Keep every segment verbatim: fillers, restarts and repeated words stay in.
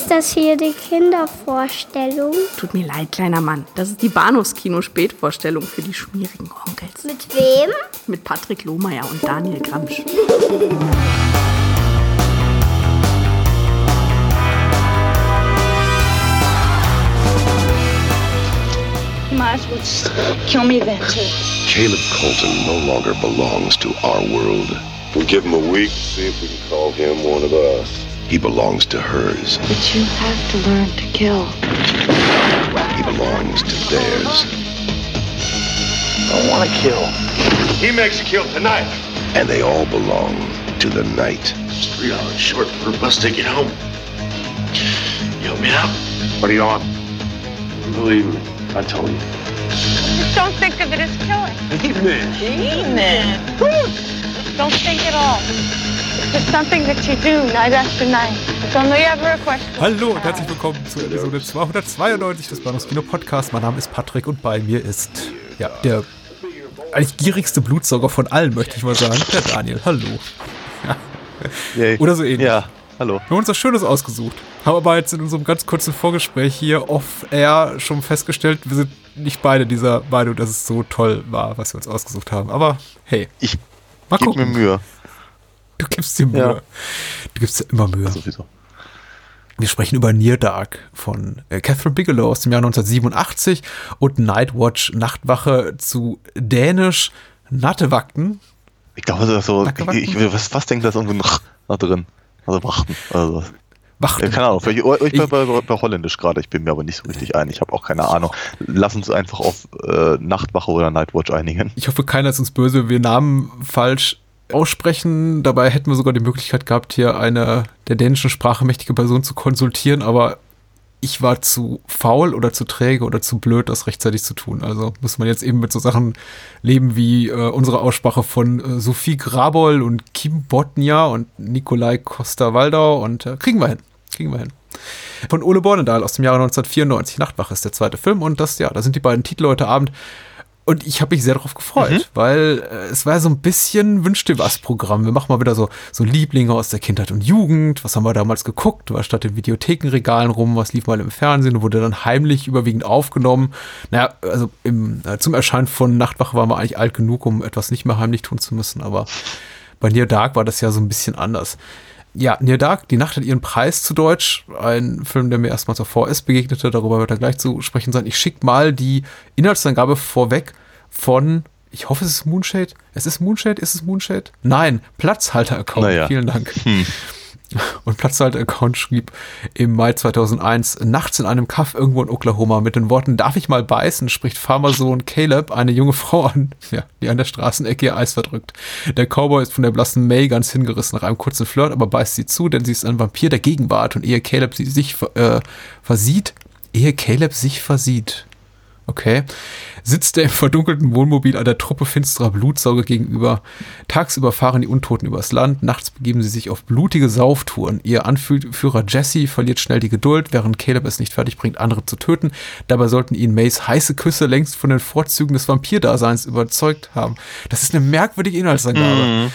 Ist das hier die Kindervorstellung? Tut mir leid, kleiner Mann. Das ist die Bahnhofskino-Spätvorstellung für die schmierigen Onkels. Mit wem? Mit Patrick Lohmeier und Daniel Gramsch. You might as well just kill me then, too. Caleb Colton no longer belongs to our world. We give him a week, see if we can call him one of us. He belongs to hers. But you have to learn to kill. He belongs to theirs. I want to kill. He makes you kill tonight. And they all belong to the night. It's three hours short for a bus ticket home. You help me out? What are you on? Believe me, I told you. Just don't think of it as killing. Evening. Evening. Don't think at all. It's just something that you do night after night. It's only ever a question. Hallo und herzlich willkommen zur Episode zweihundertzweiundneunzig des Bahnhofskino-Podcasts. Mein Name ist Patrick und bei mir ist ja der eigentlich gierigste Blutsauger von allen, möchte ich mal sagen, der Daniel. Hallo. Ja. Oder so ähnlich. Ja, hallo. Wir haben uns was Schönes ausgesucht. Haben aber jetzt in unserem ganz kurzen Vorgespräch hier off-air schon festgestellt, wir sind nicht beide dieser Meinung, dass es so toll war, was wir uns ausgesucht haben. Aber hey, ich mal gib gucken. mir Mühe. Du gibst dir Mühe. Ja. Du gibst dir immer Mühe. Sowieso. Wir sprechen über Near Dark von äh, Catherine Bigelow aus dem Jahr neunzehnhundertsiebenundachtzig und Nightwatch, Nachtwache zu Dänisch Nattevakten. Ich glaube, das ist so, Nackewakten? ich, ich, was, was denkt das irgendwo noch da drin? Also Wachten. Also, Wachten. ja, keine Ahnung, vielleicht, ich bin bei, bei, bei Holländisch gerade, ich bin mir aber nicht so richtig ein. Ich habe auch keine Ahnung. Lass uns einfach auf äh, Nachtwache oder Nightwatch einigen. Ich hoffe, keiner ist uns böse, wenn wir Namen falsch aussprechen. Dabei hätten wir sogar die Möglichkeit gehabt, hier eine der dänischen Sprache mächtige Person zu konsultieren, aber ich war zu faul oder zu träge oder zu blöd, das rechtzeitig zu tun. Also muss man jetzt eben mit so Sachen leben wie äh, unsere Aussprache von äh, Sophie Grabol und Kim Bodnia und Nikolai Coster-Waldau und äh, kriegen wir hin. Kriegen wir hin. Von Ole Bornedal aus dem Jahre neunzehnhundertvierundneunzig. Nachtwache ist der zweite Film und das, ja, da sind die beiden Titel heute Abend. Und ich habe mich sehr darauf gefreut, mhm. weil äh, es war so ein bisschen Wünsch dir was Programm. Wir machen mal wieder so, so Lieblinge aus der Kindheit und Jugend. Was haben wir damals geguckt? Was statt in Videothekenregalen rum? Was lief mal im Fernsehen und wurde dann heimlich überwiegend aufgenommen? Naja, also im, äh, zum Erscheinen von Nachtwache waren wir eigentlich alt genug, um etwas nicht mehr heimlich tun zu müssen. Aber bei Near Dark war das ja so ein bisschen anders. Ja, Near Dark, die Nacht hat ihren Preis zu Deutsch. Ein Film, der mir erstmals auf V S begegnete, darüber wird er gleich zu sprechen sein. Ich schicke mal die Inhaltsangabe vorweg von, ich hoffe, es ist Moonshade. Es ist Moonshade? Ist es Moonshade? Nein, Platzhalter-Account. Naja. Vielen Dank. Hm. Und Platzhalter-Account schrieb im Mai zweitausendeins, nachts in einem Kaff irgendwo in Oklahoma mit den Worten, darf ich mal beißen, spricht Farmersohn Caleb eine junge Frau an, ja, die an der Straßenecke ihr Eis verdrückt. Der Cowboy ist von der blassen May ganz hingerissen nach einem kurzen Flirt, aber beißt sie zu, denn sie ist ein Vampir der Gegenwart und ehe Caleb sie sich äh, versieht, ehe Caleb sich versieht, okay, sitzt er im verdunkelten Wohnmobil einer Truppe finsterer Blutsauger gegenüber. Tagsüber fahren die Untoten übers Land, nachts begeben sie sich auf blutige Sauftouren. Ihr Anführer Jesse verliert schnell die Geduld, während Caleb es nicht fertig bringt, andere zu töten. Dabei sollten ihn Mays heiße Küsse längst von den Vorzügen des Vampirdaseins überzeugt haben. Das ist eine merkwürdige Inhaltsangabe. Mhm.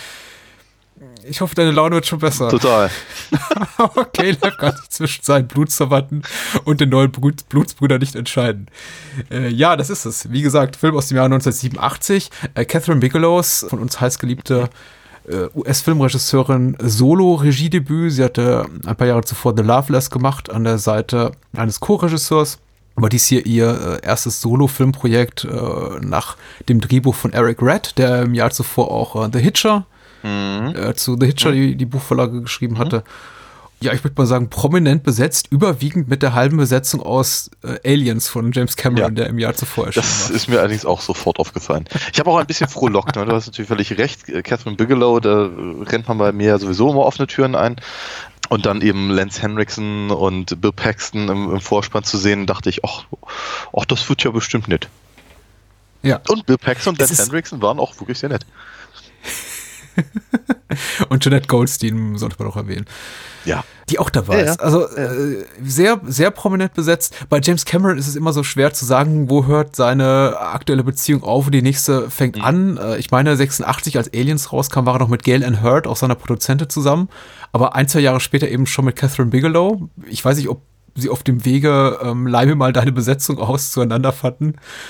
Ich hoffe, deine Laune wird schon besser. Total. Aber Caleb kann sich zwischen seinen Blutsverwandten und den neuen Blut- Blutsbrüdern nicht entscheiden. Äh, ja, das ist es. Wie gesagt, Film aus dem Jahr neunzehnhundertsiebenundachtzig. Äh, Catherine Bigelows, von uns heißgeliebte äh, U S-Filmregisseurin, Solo-Regiedebüt. Sie hatte ein paar Jahre zuvor The Loveless gemacht, an der Seite eines Co-Regisseurs. Aber dies hier ihr äh, erstes Solo-Filmprojekt äh, nach dem Drehbuch von Eric Red, der im Jahr zuvor auch äh, The Hitcher Mhm. Äh, zu The Hitcher die, die Buchvorlage geschrieben hatte. Ja, ich würde mal sagen, prominent besetzt, überwiegend mit der halben Besetzung aus äh, Aliens von James Cameron, ja, der im Jahr zuvor erschienen das war. Das ist mir allerdings auch sofort aufgefallen. Ich habe auch ein bisschen frohlockt, ne? Du hast natürlich völlig recht. Catherine Bigelow, da rennt man bei mir sowieso immer offene Türen ein. Und dann eben Lance Henriksen und Bill Paxton im, im Vorspann zu sehen, dachte ich, ach, ach, das wird ja bestimmt nett. Ja. Und Bill Paxton und Lance Henriksen waren auch wirklich sehr nett. Und Jeanette Goldstein sollte man auch erwähnen. Ja. Die auch dabei Ja, ja. ist. Also äh, sehr, sehr prominent besetzt. Bei James Cameron ist es immer so schwer zu sagen, wo hört seine aktuelle Beziehung auf und die nächste fängt Mhm. an. Äh, ich meine, sechsundachtzig, als Aliens rauskam, war er noch mit Gail Ann Hurd, auch seiner Produzentin, zusammen. Aber ein, zwei Jahre später eben schon mit Catherine Bigelow. Ich weiß nicht, ob sie auf dem Wege ähm, leih mir mal deine Besetzung aus zueinander fanden.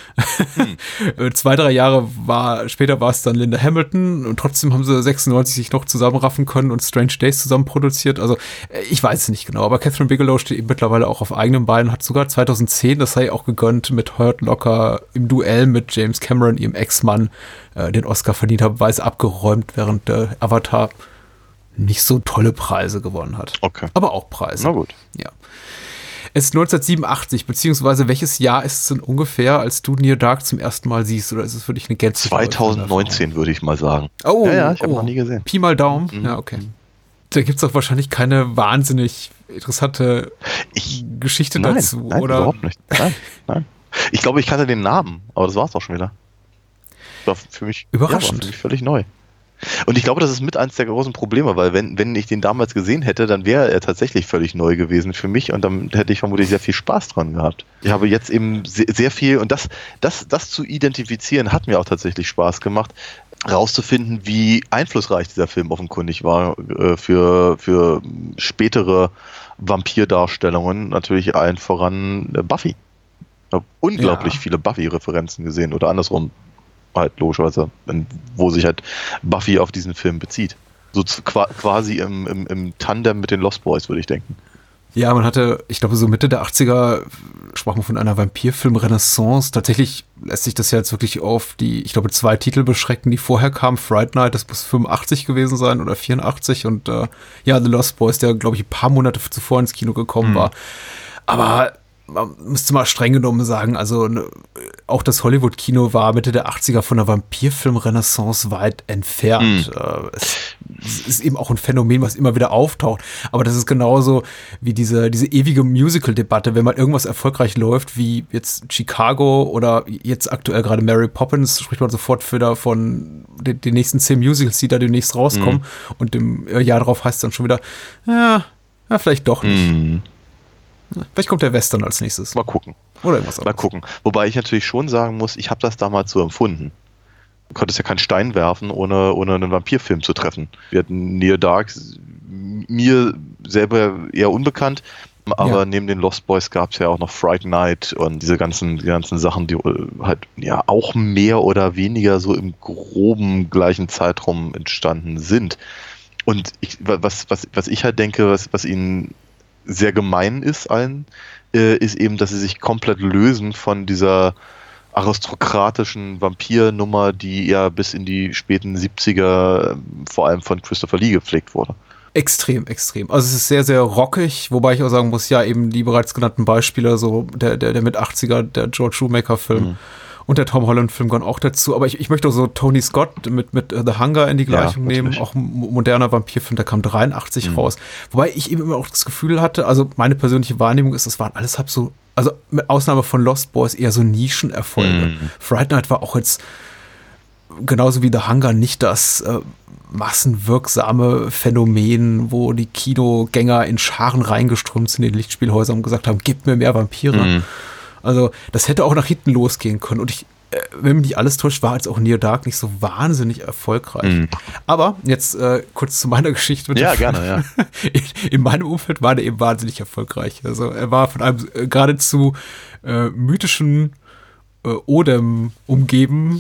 Hm. Zwei, drei Jahre war, später war es dann Linda Hamilton und trotzdem haben sie sechsundneunzig sich noch zusammenraffen können und Strange Days zusammen produziert. Also äh, ich weiß es nicht genau, aber Catherine Bigelow steht eben mittlerweile auch auf eigenen Beinen, hat sogar zweitausendzehn, das sei auch gegönnt, mit Hurt Locker im Duell mit James Cameron, ihrem Ex-Mann, äh, den Oscar verdient hat, weil es abgeräumt, während äh, Avatar nicht so tolle Preise gewonnen hat. Okay. Aber auch Preise. Na gut. Ja. Es ist neunzehnhundertsiebenundachtzig, beziehungsweise welches Jahr ist es denn ungefähr, als du Near Dark zum ersten Mal siehst? Oder ist es für dich eine Gänze? zweitausendneunzehn würde ich mal sagen. Oh, ja, ja, ich habe oh. noch nie gesehen. Pi mal Daumen. Mhm. Ja, okay. Da gibt es doch wahrscheinlich keine wahnsinnig interessante Ich, Geschichte nein, dazu, nein, oder? überhaupt nicht. Nein, nein. Ich glaube, ich kannte den Namen, aber das war es auch schon wieder. Das war für mich, Überraschend. Ja, war für mich völlig neu. Und ich glaube, das ist mit eins der großen Probleme, weil wenn, wenn ich den damals gesehen hätte, dann wäre er tatsächlich völlig neu gewesen für mich und dann hätte ich vermutlich sehr viel Spaß dran gehabt. Ich habe jetzt eben sehr, sehr viel, und das, das, das zu identifizieren, hat mir auch tatsächlich Spaß gemacht, rauszufinden, wie einflussreich dieser Film offenkundig war äh, für, für spätere Vampirdarstellungen, natürlich allen voran äh, Buffy. Ich habe unglaublich Ja. viele Buffy-Referenzen gesehen oder andersrum. Halt logischerweise, wo sich halt Buffy auf diesen Film bezieht. So zu, quasi im, im, im Tandem mit den Lost Boys, würde ich denken. Ja, man hatte, ich glaube, so Mitte der achtziger sprach man von einer Vampirfilm-Renaissance. Tatsächlich lässt sich das ja jetzt wirklich auf die, ich glaube, zwei Titel beschränken, die vorher kamen. Fright Night, das muss fünfundachtzig gewesen sein oder vierundachtzig und äh, ja, The Lost Boys, der, glaube ich, ein paar Monate zuvor ins Kino gekommen Mhm. war. Aber man müsste mal streng genommen sagen, also ne, auch das Hollywood-Kino war Mitte der achtziger von der Vampirfilm-Renaissance weit entfernt. Mhm. Äh, es, es ist eben auch ein Phänomen, was immer wieder auftaucht. Aber das ist genauso wie diese, diese ewige Musical-Debatte, wenn mal irgendwas erfolgreich läuft, wie jetzt Chicago oder jetzt aktuell gerade Mary Poppins, spricht man sofort wieder von den, den nächsten zehn Musicals, die da demnächst rauskommen. Mhm. Und im Jahr darauf heißt es dann schon wieder, ja, ja vielleicht doch nicht. Mhm. Vielleicht kommt der Western als nächstes. Mal gucken. Oder irgendwas Mal anderes. gucken. Wobei ich natürlich schon sagen muss, ich habe das damals so empfunden. Du konntest ja keinen Stein werfen, ohne, ohne einen Vampirfilm zu treffen. Wir hatten Near Dark, mir selber eher unbekannt, aber Ja. neben den Lost Boys gab es ja auch noch Fright Night und diese ganzen, die ganzen Sachen, die halt ja auch mehr oder weniger so im groben gleichen Zeitraum entstanden sind. Und ich, was, was, was ich halt denke, was, was ihnen sehr gemein ist allen, äh, ist eben, dass sie sich komplett lösen von dieser aristokratischen Vampirnummer, die ja bis in die späten siebziger äh, vor allem von Christopher Lee gepflegt wurde. Extrem, extrem. Also es ist sehr, sehr rockig, wobei ich auch sagen muss, ja, eben die bereits genannten Beispiele, so der, der, der mit achtziger, der George Shoemaker-Film Mhm. und der Tom Holland-Film gehören auch dazu. Aber ich, ich möchte auch so Tony Scott mit, mit The Hunger in die Gleichung Ja, nehmen. natürlich. Auch ein moderner Vampirfilm, der kam dreiundachtzig Mhm. raus. Wobei ich eben immer auch das Gefühl hatte, also meine persönliche Wahrnehmung ist, es waren alles halb so, also mit Ausnahme von Lost Boys eher so Nischenerfolge. Mhm. Fright Night war auch jetzt genauso wie The Hunger nicht das äh, massenwirksame Phänomen, wo die Kinogänger in Scharen reingeströmt sind in die Lichtspielhäuser und gesagt haben, gebt mir mehr Vampire. Mhm. Also das hätte auch nach hinten losgehen können. Und ich, äh, wenn mich nicht alles täuscht, war jetzt auch Near Dark nicht so wahnsinnig erfolgreich. Mhm. Aber jetzt äh, kurz zu meiner Geschichte. Mit Ja, dem Film. gerne, ja. In, in meinem Umfeld war der eben wahnsinnig erfolgreich. Also er war von einem äh, geradezu äh, mythischen äh, Odem umgeben.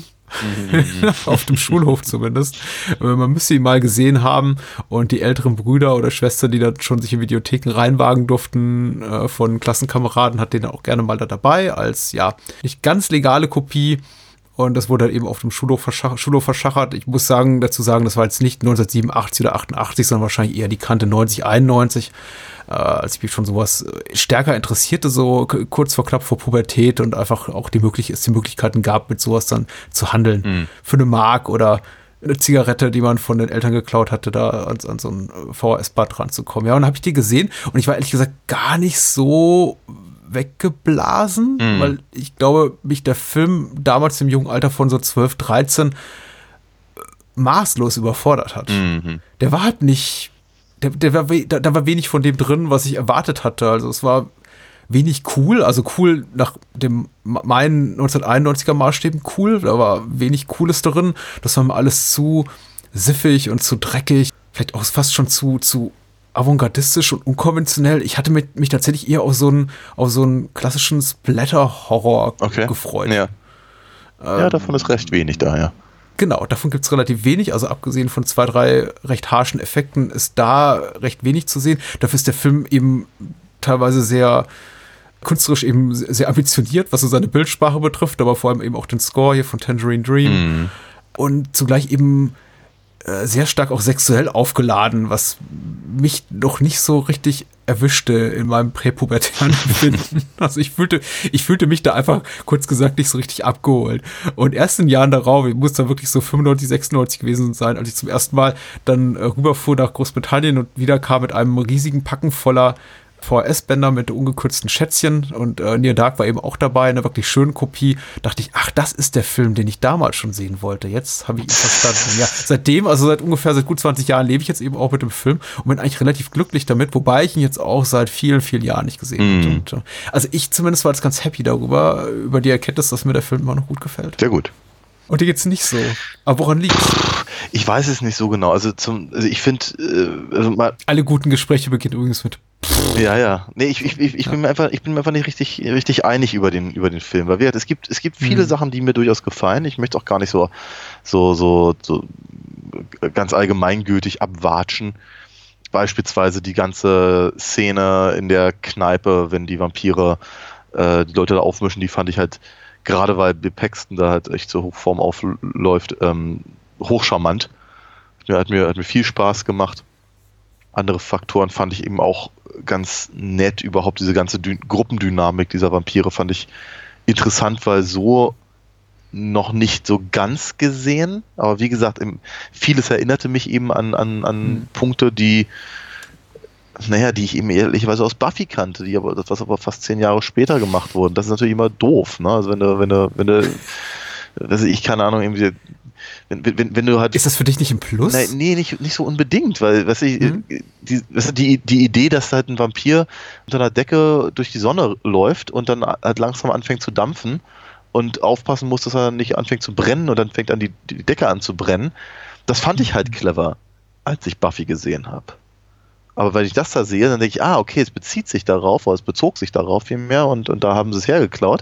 Auf dem Schulhof zumindest. Man müsste ihn mal gesehen haben und die älteren Brüder oder Schwestern, die da schon sich in Videotheken reinwagen durften äh, von Klassenkameraden, hat den auch gerne mal da dabei als, ja, nicht ganz legale Kopie. Und das wurde dann eben auf dem Schulhof, verschach- Schulhof verschachert. Ich muss sagen, dazu sagen, das war jetzt nicht neunzehnhundertsiebenundachtzig oder achtundachtzig, sondern wahrscheinlich eher die Kante neunzig, einundneunzig, äh, als ich mich schon sowas stärker interessierte, so k- kurz vor knapp vor Pubertät und einfach auch die, möglich- es die Möglichkeiten gab, mit sowas dann zu handeln. Mhm. Für eine Mark oder eine Zigarette, die man von den Eltern geklaut hatte, da an, an so ein V H S-Bad ranzukommen. Ja, und dann habe ich die gesehen und ich war ehrlich gesagt gar nicht so weggeblasen, Mhm. weil ich glaube, mich der Film damals im jungen Alter von so zwölf, dreizehn maßlos überfordert hat. Mhm. Der war halt nicht, der, der war, da, da war wenig von dem drin, was ich erwartet hatte. Also es war wenig cool, also cool nach dem meinen neunzehnhunderteinundneunziger Maßstäben cool, da war wenig Cooles drin. Das war mir alles zu siffig und zu dreckig, vielleicht auch fast schon zu, zu avantgardistisch und unkonventionell. Ich hatte mich, mich tatsächlich eher auf so einen, auf so einen klassischen Splatter-Horror okay. gefreut. Ja. Ähm, ja, davon ist recht wenig da, ja. Genau, davon gibt es relativ wenig. Also abgesehen von zwei, drei recht harschen Effekten ist da recht wenig zu sehen. Dafür ist der Film eben teilweise sehr künstlerisch eben sehr ambitioniert, was so seine Bildsprache betrifft, aber vor allem eben auch den Score hier von Tangerine Dream. Mm. Und zugleich eben sehr stark auch sexuell aufgeladen, was mich noch nicht so richtig erwischte in meinem präpubertären Befinden. Also ich fühlte, ich fühlte mich da einfach, kurz gesagt, nicht so richtig abgeholt. Und erst in Jahren darauf, ich muss da wirklich so fünfundneunzig, sechsundneunzig gewesen sein, als ich zum ersten Mal dann äh, rüberfuhr nach Großbritannien und wieder kam mit einem riesigen Packen voller V H S-Bänder mit ungekürzten Schätzchen und äh, Near Dark war eben auch dabei, eine wirklich schöne Kopie. Dachte ich, ach, das ist der Film, den ich damals schon sehen wollte. Jetzt habe ich ihn verstanden. Ja, seitdem, also seit ungefähr seit gut zwanzig Jahren lebe ich jetzt eben auch mit dem Film und bin eigentlich relativ glücklich damit, wobei ich ihn jetzt auch seit vielen, vielen Jahren nicht gesehen habe. Mm. Also ich zumindest war jetzt ganz happy darüber, über die Erkenntnis, dass mir der Film immer noch gut gefällt. Sehr gut. Und dir geht's nicht so. Aber woran liegt's? Ich weiß es nicht so genau. Also zum, also ich finde, äh, also mal alle guten Gespräche beginnen übrigens mit. Ja, ja. Nee, ich, ich, ich, ich, ja. bin mir einfach, ich bin mir einfach nicht richtig, richtig einig über den, über den Film. Weil wir, es gibt, es gibt viele mhm. Sachen, die mir durchaus gefallen. Ich möchte auch gar nicht so, so, so, so ganz allgemeingültig abwatschen. Beispielsweise die ganze Szene in der Kneipe, wenn die Vampire äh, die Leute da aufmischen, die fand ich halt, gerade weil Bill Paxton da halt echt zur Hochform aufläuft, ähm, hochcharmant. Ja, hat mir, hat mir viel Spaß gemacht. Andere Faktoren fand ich eben auch ganz nett. Überhaupt diese ganze Dü- Gruppendynamik dieser Vampire fand ich interessant, weil so noch nicht so ganz gesehen. Aber wie gesagt, im, vieles erinnerte mich eben an, an, an mhm. Punkte, die naja, die ich eben ehrlicherweise aus Buffy kannte, die aber, das was aber fast zehn Jahre später gemacht wurden. Das ist natürlich immer doof, ne? Also wenn du, wenn du, wenn du, also ich keine Ahnung, irgendwie, wenn, wenn, wenn du halt. Ist das für dich nicht ein Plus? Nein, nee, nicht, nicht so unbedingt, weil, weißt du, mhm. die, weißt du, die, die Idee, dass halt ein Vampir unter einer Decke durch die Sonne läuft und dann halt langsam anfängt zu dampfen und aufpassen muss, dass er nicht anfängt zu brennen und dann fängt an die, die Decke an zu brennen, das fand ich halt clever, als ich Buffy gesehen habe. Aber wenn ich das da sehe, dann denke ich, ah, okay, es bezieht sich darauf, oder es bezog sich darauf viel mehr und, und da haben sie es hergeklaut.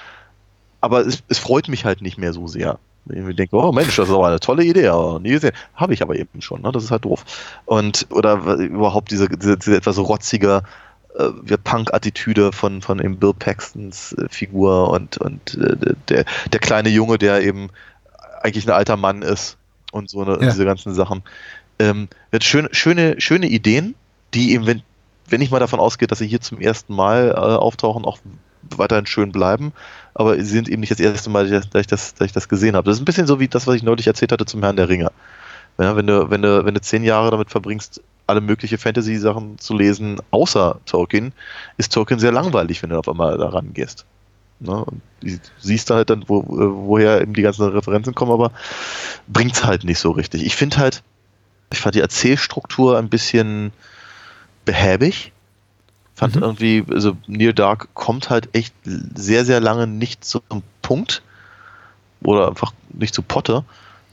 Aber es, es freut mich halt nicht mehr so sehr. Wenn ich denke, oh Mensch, das ist aber eine tolle Idee, aber nie gesehen. Habe ich aber eben schon, ne? Das ist halt doof. Und, oder überhaupt diese, diese, diese etwas rotzige äh, Punk-Attitüde von, von eben Bill Paxtons äh, Figur und, und äh, der, der kleine Junge, der eben eigentlich ein alter Mann ist und so eine, ja. diese ganzen Sachen. Ähm, schöne, schöne, schöne Ideen, die eben, wenn, wenn ich mal davon ausgehe, dass sie hier zum ersten Mal äh, auftauchen, auch weiterhin schön bleiben, aber sie sind eben nicht das erste Mal, dass ich das, dass ich das gesehen habe. Das ist ein bisschen so wie das, was ich neulich erzählt hatte zum Herrn der Ringe. Ja, wenn du, wenn du, wenn du zehn Jahre damit verbringst, alle möglichen Fantasy-Sachen zu lesen, außer Tolkien, ist Tolkien sehr langweilig, wenn du auf einmal da rangehst. Ne? Und du siehst halt dann, wo, woher eben die ganzen Referenzen kommen, aber bringt's halt nicht so richtig. Ich finde halt, ich fand die Erzählstruktur ein bisschen behäbig. Fand mhm. irgendwie, also Near Dark kommt halt echt sehr, sehr lange nicht zum Punkt oder einfach nicht zu Potte.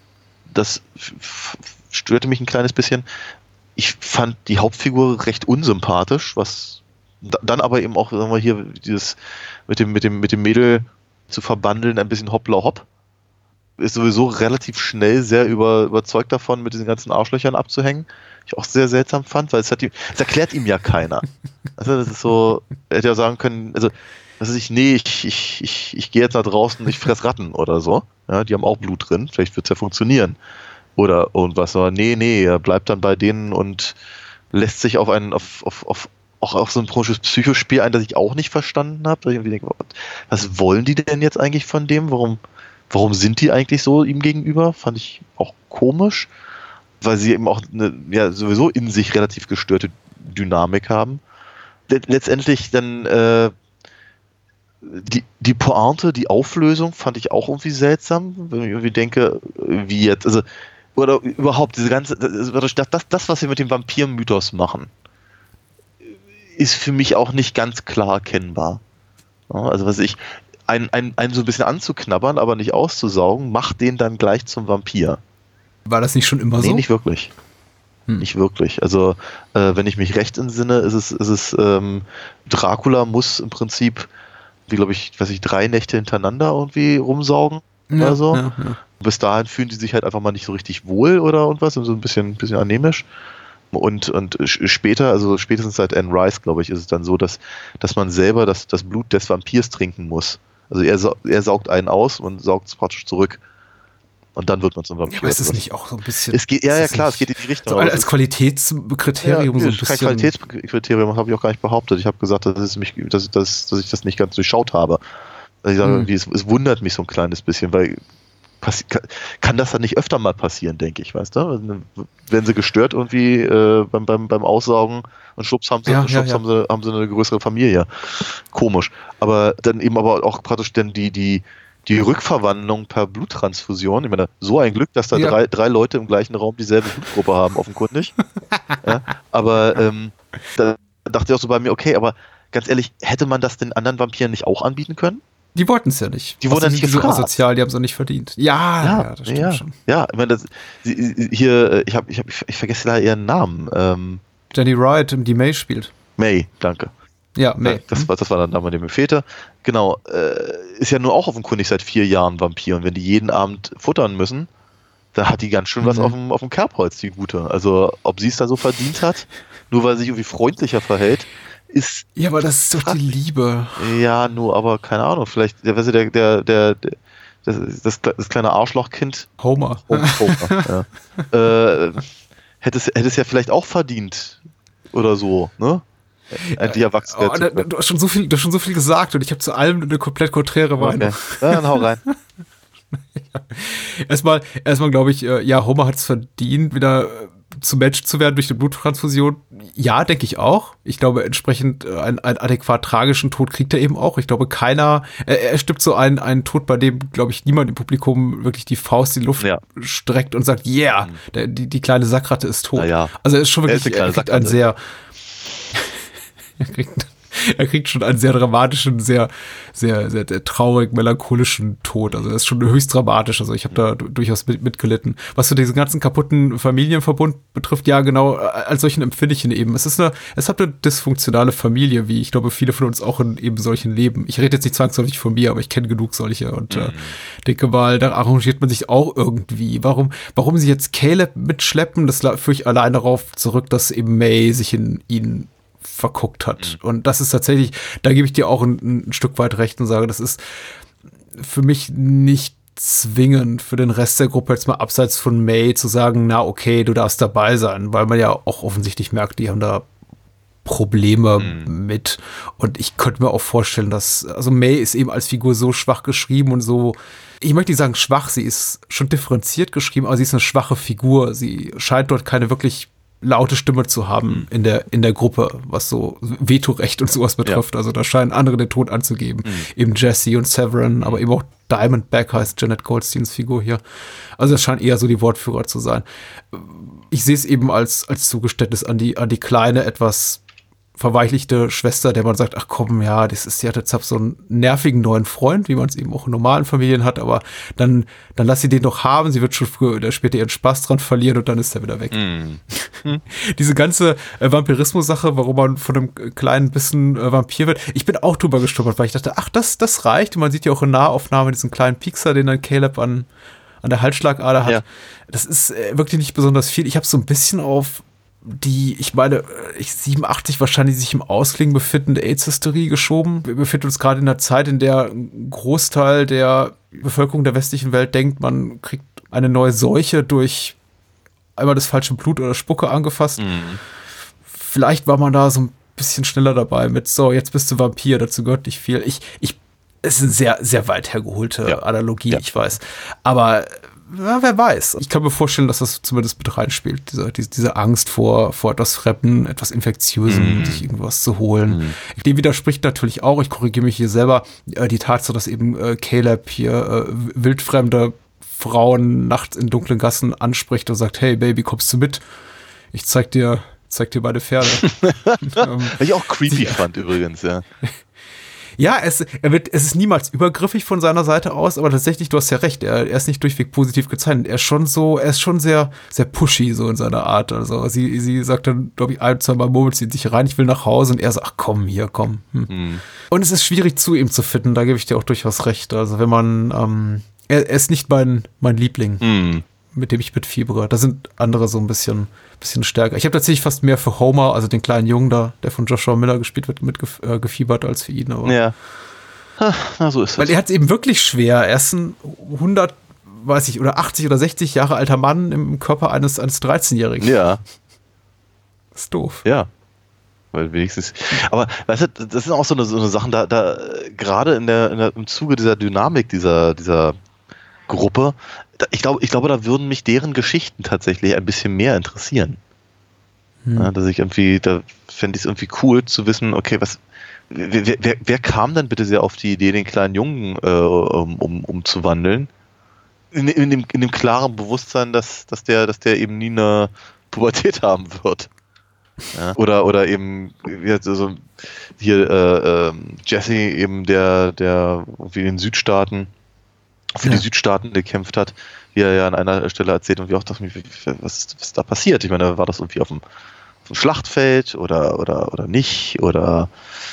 Das f- störte mich ein kleines bisschen. Ich fand die Hauptfigur recht unsympathisch, was dann aber eben auch, sagen wir hier, dieses mit dem, mit dem, mit dem Mädel zu verbandeln, ein bisschen hoppla hopp. Ist sowieso relativ schnell sehr über, überzeugt davon, mit diesen ganzen Arschlöchern abzuhängen. Ich auch sehr seltsam fand, weil es hat ihm, es erklärt ihm ja keiner. Also das ist so, er hätte ja sagen können, also, was weiß ich, nee, ich, ich, ich, ich gehe jetzt nach draußen, ich fress Ratten oder so. Ja, die haben auch Blut drin, vielleicht wird es ja funktionieren. Oder irgendwas, aber nee, nee, er bleibt dann bei denen und lässt sich auf einen, auf, auf, auf auch auf so ein komisches Psychospiel ein, das ich auch nicht verstanden habe. Ich irgendwie denke, was wollen die denn jetzt eigentlich von dem? Warum, warum sind die eigentlich so ihm gegenüber? Fand ich auch komisch, weil sie eben auch eine, ja, sowieso in sich relativ gestörte Dynamik haben. Letztendlich dann äh, die, die Pointe, die Auflösung fand ich auch irgendwie seltsam, wenn ich irgendwie denke, wie jetzt, also oder überhaupt diese ganze, das, das, das was wir mit dem Vampir-Mythos machen, ist für mich auch nicht ganz klar erkennbar. Ja, also was ich, einen, einen, einen so ein bisschen anzuknabbern, aber nicht auszusaugen, macht den dann gleich zum Vampir. War das nicht schon immer nee, so? Nee, nicht wirklich. Hm. Nicht wirklich. Also, äh, wenn ich mich recht entsinne, ist es, ist es ähm, Dracula muss im Prinzip, wie glaube ich, weiß ich, drei Nächte hintereinander irgendwie rumsaugen ja, oder so. Ja, ja. Bis dahin fühlen die sich halt einfach mal nicht so richtig wohl oder irgendwas und so ein bisschen, bisschen anämisch. Und, und später, also spätestens seit Anne Rice, glaube ich, ist es dann so, dass, dass man selber das, das Blut des Vampirs trinken muss. Also er, er saugt einen aus und saugt es praktisch zurück. Und dann wird man zum Vampir. Ja, aber ist es nicht auch so ein bisschen... Es geht, ja, ja, klar, es geht in die Richtung. So als Qualitätskriterium ja, so ein bisschen... Kein Qualitätskriterium habe ich auch gar nicht behauptet. Ich habe gesagt, dass, es mich, dass, dass, dass ich das nicht ganz durchschaut habe. Also ich sage, hm. es, es wundert mich so ein kleines bisschen, weil passi- kann, kann das dann nicht öfter mal passieren, denke ich, weißt du? Werden sie gestört irgendwie äh, beim, beim, beim Aussaugen und schwupps, haben sie, ja, schwupps ja, ja. haben, sie, haben sie eine größere Familie. Komisch. Aber dann eben aber auch praktisch dann die, die Die Rückverwandlung per Bluttransfusion, ich meine, so ein Glück, dass da ja. drei, drei Leute im gleichen Raum dieselbe Blutgruppe haben, offenkundig. ja, aber ähm, da dachte ich auch so bei mir, okay, aber ganz ehrlich, hätte man das den anderen Vampiren nicht auch anbieten können? Die wollten es ja nicht. Die wurden ja nicht so gefragt. asozial, die haben es auch nicht verdient. Ja, ja, ja das stimmt ja. schon. Ja, ich meine, das, hier, ich, hab, ich, hab, ich vergesse leider ihren Namen. Ähm, Jenny Wright, die May spielt. May, danke. Ja, May. Ja, das, war, das war dann damals, der mir fehlte. Genau, äh, ist ja nur auch offenkundig seit vier Jahren Vampir. Und wenn die jeden Abend futtern müssen, da hat die ganz schön mhm. was auf dem, auf dem Kerbholz, die Gute. Also, ob sie es da so verdient hat, nur weil sie sich irgendwie freundlicher verhält, ist... Ja, aber das ist doch die Liebe. Ja, nur, aber keine Ahnung, vielleicht, der, weißt du, der, der, der, der das, das, das kleine Arschlochkind. Homer. Homer, Homer ja. äh, hätte, es, hätte es ja vielleicht auch verdient. Oder so, ne? Endlich erwachsen oh, da, du, hast schon so viel, du hast schon so viel gesagt und ich habe zu allem eine komplett konträre Meinung. Okay. Ja, dann hau rein. ja. Erstmal, erstmal glaube ich, ja, Homer hat es verdient, wieder zu Mensch zu werden durch eine Bluttransfusion. Ja, denke ich auch. Ich glaube, entsprechend einen, einen adäquat tragischen Tod kriegt er eben auch. Ich glaube, keiner, er, er stirbt so einen, einen Tod, bei dem, glaube ich, niemand im Publikum wirklich die Faust in die Luft ja. streckt und sagt, yeah, der, die, die kleine Sackratte ist tot. Ja. Also er ist schon wirklich, er, er kriegt einen sehr Er kriegt, er kriegt schon einen sehr dramatischen, sehr, sehr, sehr, sehr traurig, melancholischen Tod. Also das ist schon höchst dramatisch. Also ich habe da durchaus mit, mitgelitten. Was so diesen ganzen kaputten Familienverbund betrifft, ja genau, als solchen empfinde ich ihn eben. Es ist eine, es hat eine dysfunktionale Familie, wie ich glaube viele von uns auch in eben solchen leben. Ich rede jetzt nicht zwangsläufig von mir, aber ich kenne genug solche und mhm. äh, denke mal, da arrangiert man sich auch irgendwie. Warum, warum sie jetzt Caleb mitschleppen, das führe ich allein darauf zurück, dass eben May sich in ihn verguckt hat. Mhm. Und das ist tatsächlich, da gebe ich dir auch ein, ein Stück weit recht und sage, das ist für mich nicht zwingend für den Rest der Gruppe jetzt mal abseits von May zu sagen, na okay, du darfst dabei sein, weil man ja auch offensichtlich merkt, die haben da Probleme mhm. mit. Und ich könnte mir auch vorstellen, dass, also May ist eben als Figur so schwach geschrieben und so, ich möchte nicht sagen schwach, sie ist schon differenziert geschrieben, aber sie ist eine schwache Figur. Sie scheint dort keine wirklich laute Stimme zu haben in der, in der Gruppe, was so Vetorecht und sowas betrifft. Ja. Also da scheinen andere den Tod anzugeben. Mhm. Eben Jesse und Severin, mhm. aber eben auch Diamondback heißt Janet Goldsteins Figur hier. Also das scheint eher so die Wortführer zu sein. Ich sehe es eben als, als Zugeständnis an die, an die kleine, etwas verweichlichte Schwester, der man sagt, ach komm, ja, das ist ja jetzt hab so einen nervigen neuen Freund, wie man es eben auch in normalen Familien hat, aber dann, dann lass sie den doch haben, sie wird schon früher oder später ihren Spaß dran verlieren und dann ist er wieder weg. Mm. Diese ganze äh, Vampirismus-Sache, warum man von einem kleinen bisschen äh, Vampir wird, ich bin auch drüber gestolpert, weil ich dachte, ach, das, das reicht. Und man sieht ja auch in Nahaufnahme diesen kleinen Piekser, den dann Caleb an, an der Halsschlagader hat. Ja. Das ist äh, wirklich nicht besonders viel. Ich habe so ein bisschen auf die, ich meine, ich siebenundachtzig wahrscheinlich sich im Ausklingen befindende AIDS-Hysterie geschoben. Wir befinden uns gerade in einer Zeit, in der ein Großteil der Bevölkerung der westlichen Welt denkt, man kriegt eine neue Seuche durch einmal das falsche Blut oder Spucke angefasst. Mhm. Vielleicht war man da so ein bisschen schneller dabei mit, so, jetzt bist du Vampir, dazu gehört nicht viel. Ich, ich, es ist eine sehr, sehr weit hergeholte ja. Analogie, ja. ich weiß. Aber ja, wer weiß. Ich kann mir vorstellen, dass das zumindest mit reinspielt. Diese, diese, diese Angst vor, vor etwas Fremden, etwas Infektiösem, mm. sich irgendwas zu holen. Mm. Dem widerspricht natürlich auch, ich korrigiere mich hier selber, äh, die Tatsache, dass eben äh, Caleb hier äh, wildfremde Frauen nachts in dunklen Gassen anspricht und sagt, hey Baby, kommst du mit? Ich zeig dir, zeig dir meine Pferde. ähm, Was ich auch creepy die, fand übrigens, ja. Ja, es, er wird, es ist niemals übergriffig von seiner Seite aus, aber tatsächlich, du hast ja recht, er, er ist nicht durchweg positiv gezeichnet. Er ist schon so, er ist schon sehr, sehr pushy so in seiner Art. Also sie, sie sagt dann, glaube ich, ein, zwei Mal murmelt sie sich rein, ich will nach Hause, und er sagt, ach komm, hier, komm. Hm. Hm. Und es ist schwierig, zu ihm zu finden, da gebe ich dir auch durchaus recht. Also wenn man, ähm, er, er ist nicht mein, mein Liebling, hm. mit dem ich mitfiebere. Da sind andere so ein bisschen, bisschen stärker. Ich habe tatsächlich fast mehr für Homer, also den kleinen Jungen da, der von Joshua Miller gespielt wird, mitgefiebert, als für ihn. Aber ja. Na, so ist es. Weil er hat es eben wirklich schwer. Er ist ein hundert, weiß ich, oder achtzig oder sechzig Jahre alter Mann im Körper eines, eines dreizehnjährigen. Ja. Das ist doof. Ja. Weil wenigstens. Aber weißt du, das sind auch so eine, so eine Sachen, da, da gerade in der, in der, im Zuge dieser Dynamik dieser, dieser Gruppe, da, ich glaube, ich glaube, da würden mich deren Geschichten tatsächlich ein bisschen mehr interessieren. Hm. Ja, dass ich irgendwie, da fände ich es irgendwie cool zu wissen, okay, was, wer, wer, wer kam denn bitte sehr auf die Idee, den kleinen Jungen äh, um, um, umzuwandeln? In, in, dem, in dem klaren Bewusstsein, dass, dass, der, dass der eben nie eine Pubertät haben wird. Ja, oder, oder eben also hier äh, äh, Jesse eben, der, der irgendwie in den Südstaaten für ja. die Südstaaten gekämpft hat, wie er ja an einer Stelle erzählt und wie auch das, was, was da passiert. Ich meine, war das irgendwie auf dem, auf dem Schlachtfeld oder, oder, oder nicht? Oder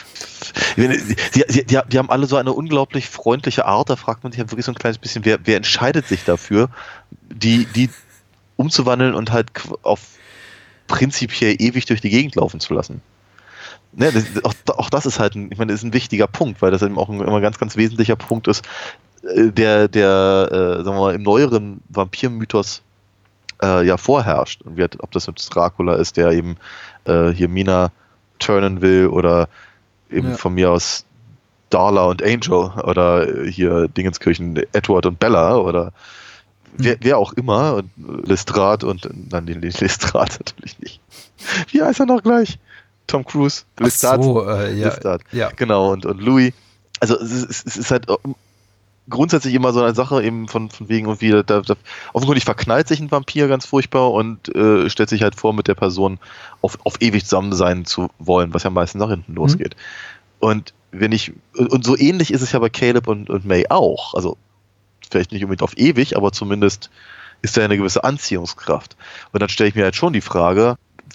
meine, sie, sie, die, die haben alle so eine unglaublich freundliche Art, da fragt man sich ja wirklich so ein kleines bisschen, wer, wer entscheidet sich dafür, die, die umzuwandeln und halt auf prinzipiell ewig durch die Gegend laufen zu lassen. Ne, das, auch, auch das ist halt ein, ich meine, das ist ein wichtiger Punkt, weil das eben auch ein immer ganz, ganz wesentlicher Punkt ist, der, der äh, sagen wir mal, im neueren Vampir-Mythos äh, ja vorherrscht. Und wie, ob das mit Dracula ist, der eben äh, hier Mina turnen will, oder eben ja. von mir aus Darla und Angel, oder hier Dingenskirchen Edward und Bella, oder Wer, wer auch immer, und Lestrade und, nein, den Lestrade natürlich nicht. Wie heißt er noch gleich? Tom Cruise. Lestrade. Ach so, äh, ja, Lestrade. ja. Genau, und, und Louis. Also es ist, es ist halt grundsätzlich immer so eine Sache eben von, von wegen irgendwie, da, da, offenkundig verknallt sich ein Vampir ganz furchtbar und äh, stellt sich halt vor, mit der Person auf, auf ewig zusammen sein zu wollen, was ja meistens nach hinten losgeht. Mhm. Und wenn ich, und so ähnlich ist es ja bei Caleb und, und May auch, also vielleicht nicht unbedingt auf ewig, aber zumindest ist da eine gewisse Anziehungskraft. Und dann stelle ich mir halt schon die Frage,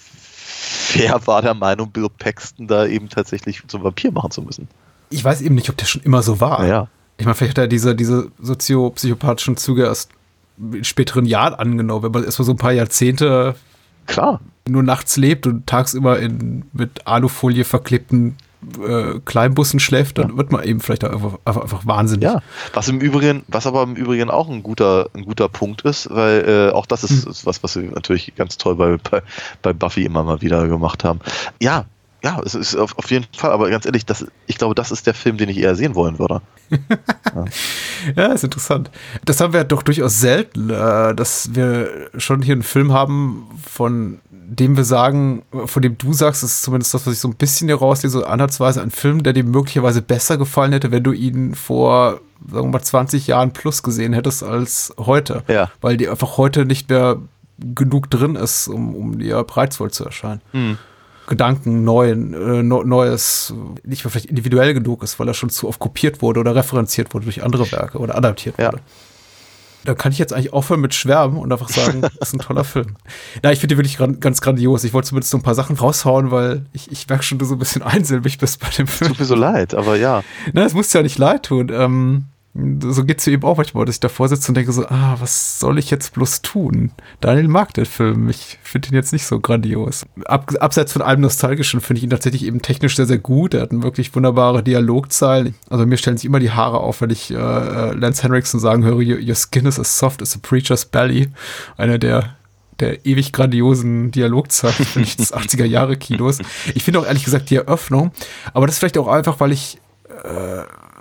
wer war der Meinung, Bill Paxton da eben tatsächlich zum Vampir machen zu müssen? Ich weiß eben nicht, ob der schon immer so war. Ja. Ich meine, vielleicht hat er diese, diese soziopsychopathischen Züge erst in späteren Jahren angenommen, wenn man erstmal so ein paar Jahrzehnte Klar. nur nachts lebt und tagsüber in mit Alufolie verklebten Äh, Kleinbussen schläft, dann ja. wird man eben vielleicht einfach, einfach, einfach wahnsinnig. Ja, was im Übrigen, was aber im Übrigen auch ein guter, ein guter Punkt ist, weil äh, auch das ist, hm. ist was, was wir natürlich ganz toll bei, bei, bei Buffy immer mal wieder gemacht haben. Ja, ja, es ist auf, auf jeden Fall, aber ganz ehrlich, das, ich glaube, das ist der Film, den ich eher sehen wollen würde. ja. ja, ist interessant. Das haben wir doch durchaus selten, äh, dass wir schon hier einen Film haben, von dem wir sagen, von dem du sagst, das ist zumindest das, was ich so ein bisschen hier rauslese, so ansatzweise ein Film, der dir möglicherweise besser gefallen hätte, wenn du ihn vor, sagen wir mal, zwanzig Jahren plus gesehen hättest als heute. Ja. Weil die einfach heute nicht mehr genug drin ist, um, um dir reizvoll zu erscheinen. Mhm. Gedanken, neuen, äh, Neues, nicht mehr vielleicht individuell genug ist, weil er schon zu oft kopiert wurde oder referenziert wurde durch andere Werke oder adaptiert wurde. Ja. Da kann ich jetzt eigentlich aufhören mit Schwärmen und einfach sagen, das ist ein toller Film. Ja, ich finde den wirklich gran- ganz grandios. Ich wollte zumindest so ein paar Sachen raushauen, weil ich, ich merke schon, du so ein bisschen einsilbig bist bei dem Film. Tut mir so leid, aber ja. Na, es muss ja nicht leid tun. Ähm, so geht es mir eben auch manchmal, dass ich davor sitze und denke so, ah, was soll ich jetzt bloß tun? Daniel mag den Film. Ich finde ihn jetzt nicht so grandios. Ab, abseits von allem Nostalgischen finde ich ihn tatsächlich eben technisch sehr, sehr gut. Er hat eine wirklich wunderbare Dialogzeilen. Also mir stellen sich immer die Haare auf, wenn ich äh, Lance Henriksen sagen höre, your, your skin is as soft as a preacher's belly. Einer der der ewig grandiosen Dialogzeilen des achtziger-Jahre-Kinos. Ich finde auch ehrlich gesagt die Eröffnung, aber das ist vielleicht auch einfach, weil ich äh,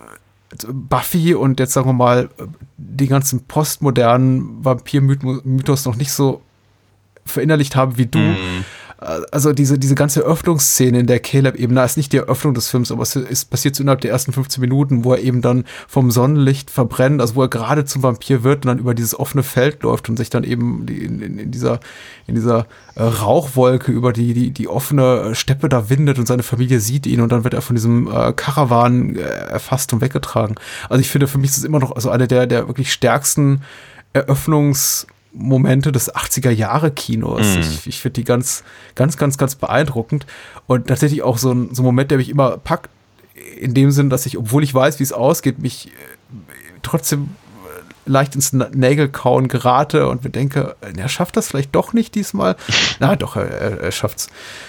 Buffy und jetzt sagen wir mal die ganzen postmodernen Vampir-Mythos noch nicht so verinnerlicht habe wie du. Mm. also diese, diese ganze Eröffnungsszene, in der Caleb eben, da ist nicht die Eröffnung des Films, aber es ist passiert so innerhalb der ersten fünfzehn Minuten, wo er eben dann vom Sonnenlicht verbrennt, also wo er gerade zum Vampir wird und dann über dieses offene Feld läuft und sich dann eben in, in, in dieser, in dieser äh, Rauchwolke über die, die, die offene Steppe da windet und seine Familie sieht ihn und dann wird er von diesem äh, Karawan äh, erfasst und weggetragen. Also ich finde, für mich ist es immer noch also eine der, der wirklich stärksten Eröffnungs- Momente des achtziger-Jahre-Kinos. Mhm. Ich, ich finde die ganz, ganz, ganz, ganz beeindruckend. Und tatsächlich auch so ein, so ein Moment, der mich immer packt, in dem Sinn, dass ich, obwohl ich weiß, wie es ausgeht, mich trotzdem leicht ins Nägelkauen gerate und mir denke, er schafft das vielleicht doch nicht diesmal. Na doch, er, er, er schafft's.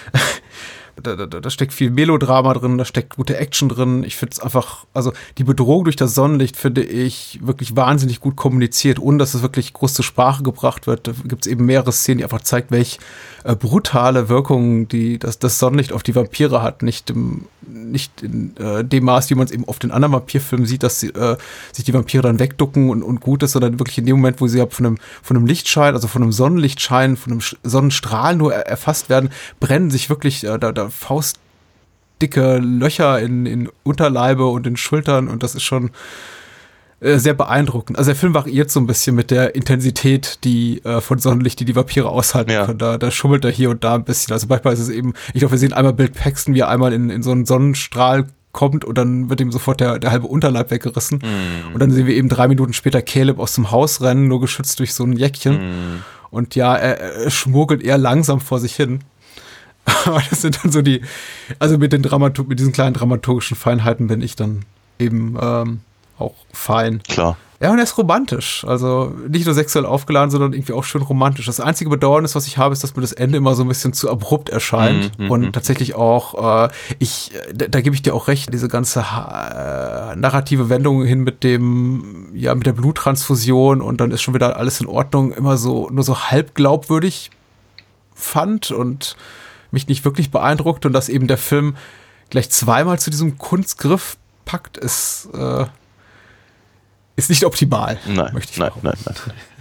Da, da, da steckt viel Melodrama drin, da steckt gute Action drin. Ich finde es einfach, also die Bedrohung durch das Sonnenlicht finde ich wirklich wahnsinnig gut kommuniziert, ohne dass es wirklich groß zur Sprache gebracht wird. Da gibt es eben mehrere Szenen, die einfach zeigt, welche äh, brutale Wirkung die, das, das Sonnenlicht auf die Vampire hat. Nicht, im, nicht in äh, dem Maß, wie man es eben oft in anderen Vampirfilmen sieht, dass sie, äh, sich die Vampire dann wegducken und, und gut ist, sondern wirklich in dem Moment, wo sie ja von einem, von einem Lichtschein, also von einem Sonnenlichtschein, von einem Sonnenstrahl nur er, erfasst werden, brennen sich wirklich äh, da, da faustdicke Löcher in, in Unterleibe und in Schultern und das ist schon äh, sehr beeindruckend. Also der Film variiert so ein bisschen mit der Intensität, die äh, von Sonnenlicht, die die Vampire aushalten ja. können. Da, da schummelt er hier und da ein bisschen. Also manchmal ist es eben, ich glaube, wir sehen einmal Bill Paxton, wie er einmal in, in so einen Sonnenstrahl kommt und dann wird ihm sofort der, der halbe Unterleib weggerissen. Mm. Und dann sehen wir eben drei Minuten später Caleb aus dem Haus rennen, nur geschützt durch so ein Jäckchen. Mm. Und ja, er, er schmuggelt eher langsam vor sich hin. Aber das sind dann so die, also mit den Dramatur- mit diesen kleinen dramaturgischen Feinheiten bin ich dann eben ähm, auch fein. Klar. Ja, und er ist romantisch. Also nicht nur sexuell aufgeladen, sondern irgendwie auch schön romantisch. Das einzige Bedauernis, was ich habe, ist, dass mir das Ende immer so ein bisschen zu abrupt erscheint. Mhm, und m- tatsächlich auch, äh, ich, da, da gebe ich dir auch recht, diese ganze äh, narrative Wendung hin mit dem, ja, mit der Bluttransfusion und dann ist schon wieder alles in Ordnung, immer so, nur so halb glaubwürdig fand und mich nicht wirklich beeindruckt und dass eben der Film gleich zweimal zu diesem Kunstgriff packt, ist, äh, ist nicht optimal. Nein, möchte ich nein, nein, nein.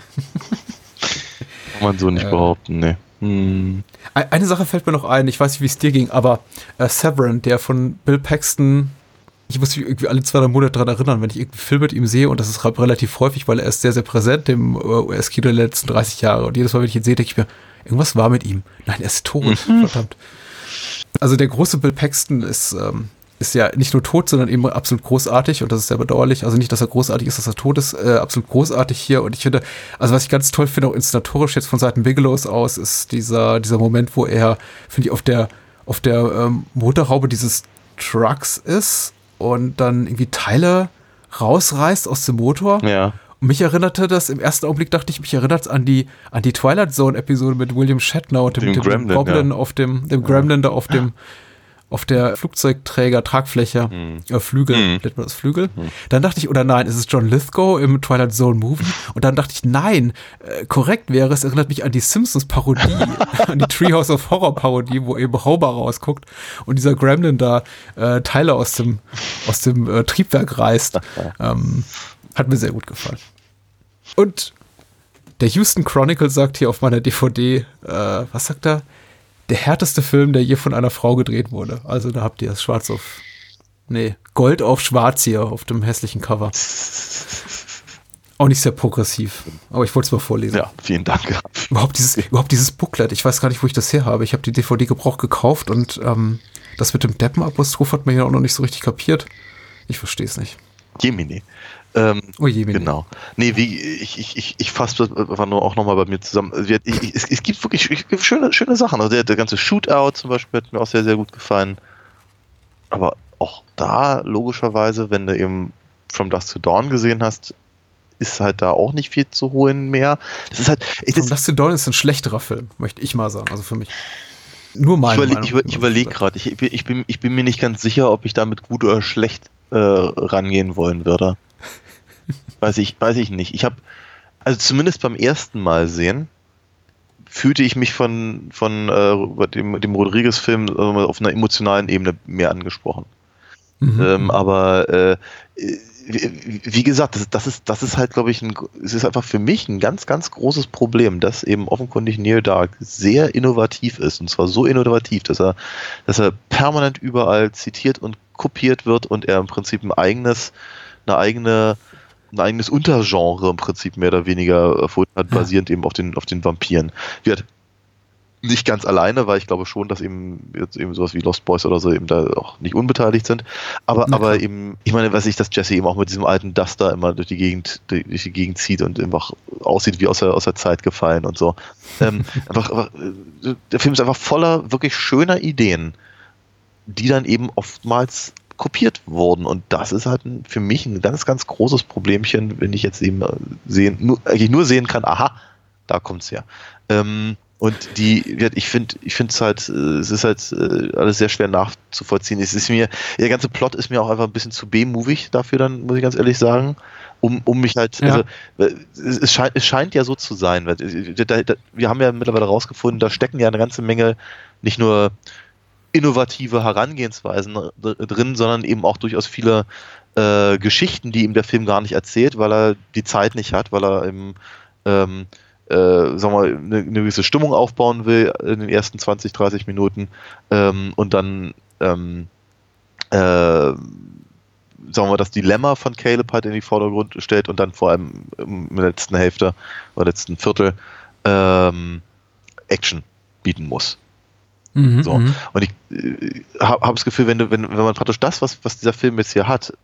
Kann man so nicht äh, behaupten, ne. Hm. Eine Sache fällt mir noch ein, ich weiß nicht, wie es dir ging, aber äh, Severin, der von Bill Paxton, ich muss mich irgendwie alle zwei, drei Monate daran erinnern, wenn ich irgendeinen Film mit ihm sehe und das ist relativ häufig, weil er ist sehr, sehr präsent im U S-Kino der letzten dreißig Jahre und jedes Mal, wenn ich ihn sehe, denke ich mir, irgendwas war mit ihm. Nein, er ist tot. Mhm. Verdammt. Also der große Bill Paxton ist, ähm, ist ja nicht nur tot, sondern eben absolut großartig und das ist sehr bedauerlich. Also nicht, dass er großartig ist, dass er tot ist, äh, absolut großartig hier. Und ich finde, also was ich ganz toll finde, auch inszenatorisch jetzt von Seiten Bigelows aus, ist dieser, dieser Moment, wo er, finde ich, auf der, auf der ähm, Motorhaube dieses Trucks ist und dann irgendwie Teile rausreißt aus dem Motor. Ja. Mich erinnerte das, im ersten Augenblick dachte ich, mich erinnert es an die, an die Twilight Zone-Episode mit William Shatner und dem, dem, dem Gremlin, Goblin ja. auf dem, dem Gremlin da auf dem, auf der Flugzeugträger, Tragfläche, hm. äh, Flügel, hm. nennt man das Flügel? Hm. Dann dachte ich, oder nein, ist es John Lithgow im Twilight Zone Movie? Und dann dachte ich, nein, äh, korrekt wäre es, erinnert mich an die Simpsons-Parodie, an die Treehouse of Horror-Parodie, wo eben Homer rausguckt und dieser Gremlin da äh, Teile aus dem, aus dem äh, Triebwerk reißt. ähm, Hat mir sehr gut gefallen. Und der Houston Chronicle sagt hier auf meiner D V D, äh, was sagt er? Der härteste Film, der je von einer Frau gedreht wurde. Also da habt ihr das schwarz auf, nee, Gold auf schwarz hier auf dem hässlichen Cover. Auch nicht sehr progressiv, aber ich wollte es mal vorlesen. Ja, vielen Dank. Überhaupt dieses, überhaupt dieses Booklet, ich weiß gar nicht, wo ich das her habe. Ich habe die D V D gebraucht gekauft und ähm, das mit dem Deppen-Apostroph hat man ja auch noch nicht so richtig kapiert. Ich verstehe es nicht. Jemini. Ähm, oh je, genau. Nee, wie, ich, ich, ich, ich fasse das einfach nur auch nochmal bei mir zusammen. Ich, ich, es, es gibt wirklich schöne, schöne Sachen. Also der, der ganze Shootout zum Beispiel hat mir auch sehr, sehr gut gefallen. Aber auch da, logischerweise, wenn du eben From Dusk to Dawn gesehen hast, ist halt da auch nicht viel zu holen mehr. Das ist halt. Ich, From Dusk to Dawn ist ein schlechterer Film, möchte ich mal sagen. Also für mich. Nur meine Ich, überle- ich, ich überlege gerade. Ich, ich, bin, ich bin mir nicht ganz sicher, ob ich damit gut oder schlecht äh, rangehen wollen würde. Weiß ich, weiß ich nicht. Ich habe, also zumindest beim ersten Mal sehen, fühlte ich mich von, von äh, dem, dem Rodriguez-Film äh, auf einer emotionalen Ebene mehr angesprochen. Mhm. Ähm, aber äh, wie, wie gesagt, das, das ist, das ist halt, glaube ich, ein, es ist einfach für mich ein ganz, ganz großes Problem, dass eben offenkundig Neil Dark sehr innovativ ist. Und zwar so innovativ, dass er, dass er permanent überall zitiert und kopiert wird und er im Prinzip ein eigenes, eine eigene, ein eigenes Untergenre im Prinzip mehr oder weniger erfunden hat, ja. basierend eben auf den, auf den Vampiren. Wird nicht ganz alleine, weil ich glaube schon, dass eben jetzt eben sowas wie Lost Boys oder so eben da auch nicht unbeteiligt sind. Aber, ja, aber eben, ich meine, weiß ich, dass Jesse eben auch mit diesem alten Duster immer durch die Gegend, durch die Gegend zieht und einfach aussieht wie aus der, aus der Zeit gefallen und so. ähm, einfach, einfach, der Film ist einfach voller wirklich schöner Ideen, die dann eben oftmals kopiert wurden. Und das ist halt ein, für mich ein ganz, ganz großes Problemchen, wenn ich jetzt eben sehen, nur, eigentlich nur sehen kann, aha, da kommt's her. Ähm, Und die, ich finde, ich finde es halt, es ist halt alles sehr schwer nachzuvollziehen. Es ist mir, der ganze Plot ist mir auch einfach ein bisschen zu B-movig dafür, dann muss ich ganz ehrlich sagen, um, um mich halt, ja. also, es scheint, es scheint ja so da, da, wir haben ja mittlerweile rausgefunden, da stecken ja eine ganze Menge nicht nur innovative Herangehensweisen drin, sondern eben auch durchaus viele äh, Geschichten, die ihm der Film gar nicht erzählt, weil er die Zeit nicht hat, weil er eben ähm, Äh, sagen wir mal, eine, eine gewisse Stimmung aufbauen will in den ersten zwanzig, dreißig Minuten ähm, und dann ähm, äh, sagen wir mal, das Dilemma von Caleb halt in die Vordergrund stellt und dann vor allem in der letzten Hälfte oder letzten Viertel ähm, Action bieten muss. Mhm, so. Und ich äh, habe hab das Gefühl, wenn, du, wenn, wenn man praktisch das, was, was dieser Film jetzt hier hat,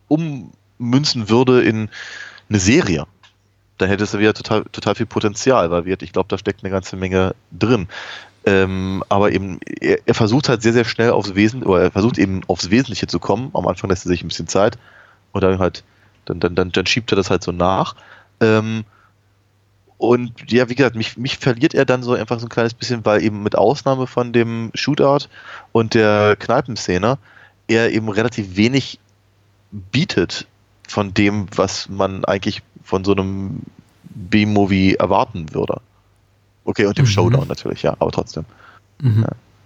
ummünzen würde in eine Serie, dann hätte es wieder total, total viel Potenzial, weil wir, ich glaube, da steckt eine ganze Menge drin. Ähm, aber eben, er, er versucht halt sehr, sehr schnell aufs Wesen, oder er versucht eben aufs Wesentliche zu kommen. Am Anfang lässt er sich ein bisschen Zeit und dann halt, dann, dann, dann, dann schiebt er das halt so nach. Ähm, und ja, wie gesagt, mich, mich verliert er dann so einfach so ein kleines bisschen, weil eben mit Ausnahme von dem Shootout und der Kneipenszene er eben relativ wenig bietet von dem, was man eigentlich von so einem B-Movie erwarten würde. Okay, und dem mhm. Showdown natürlich, ja, aber trotzdem. Mhm. Ja.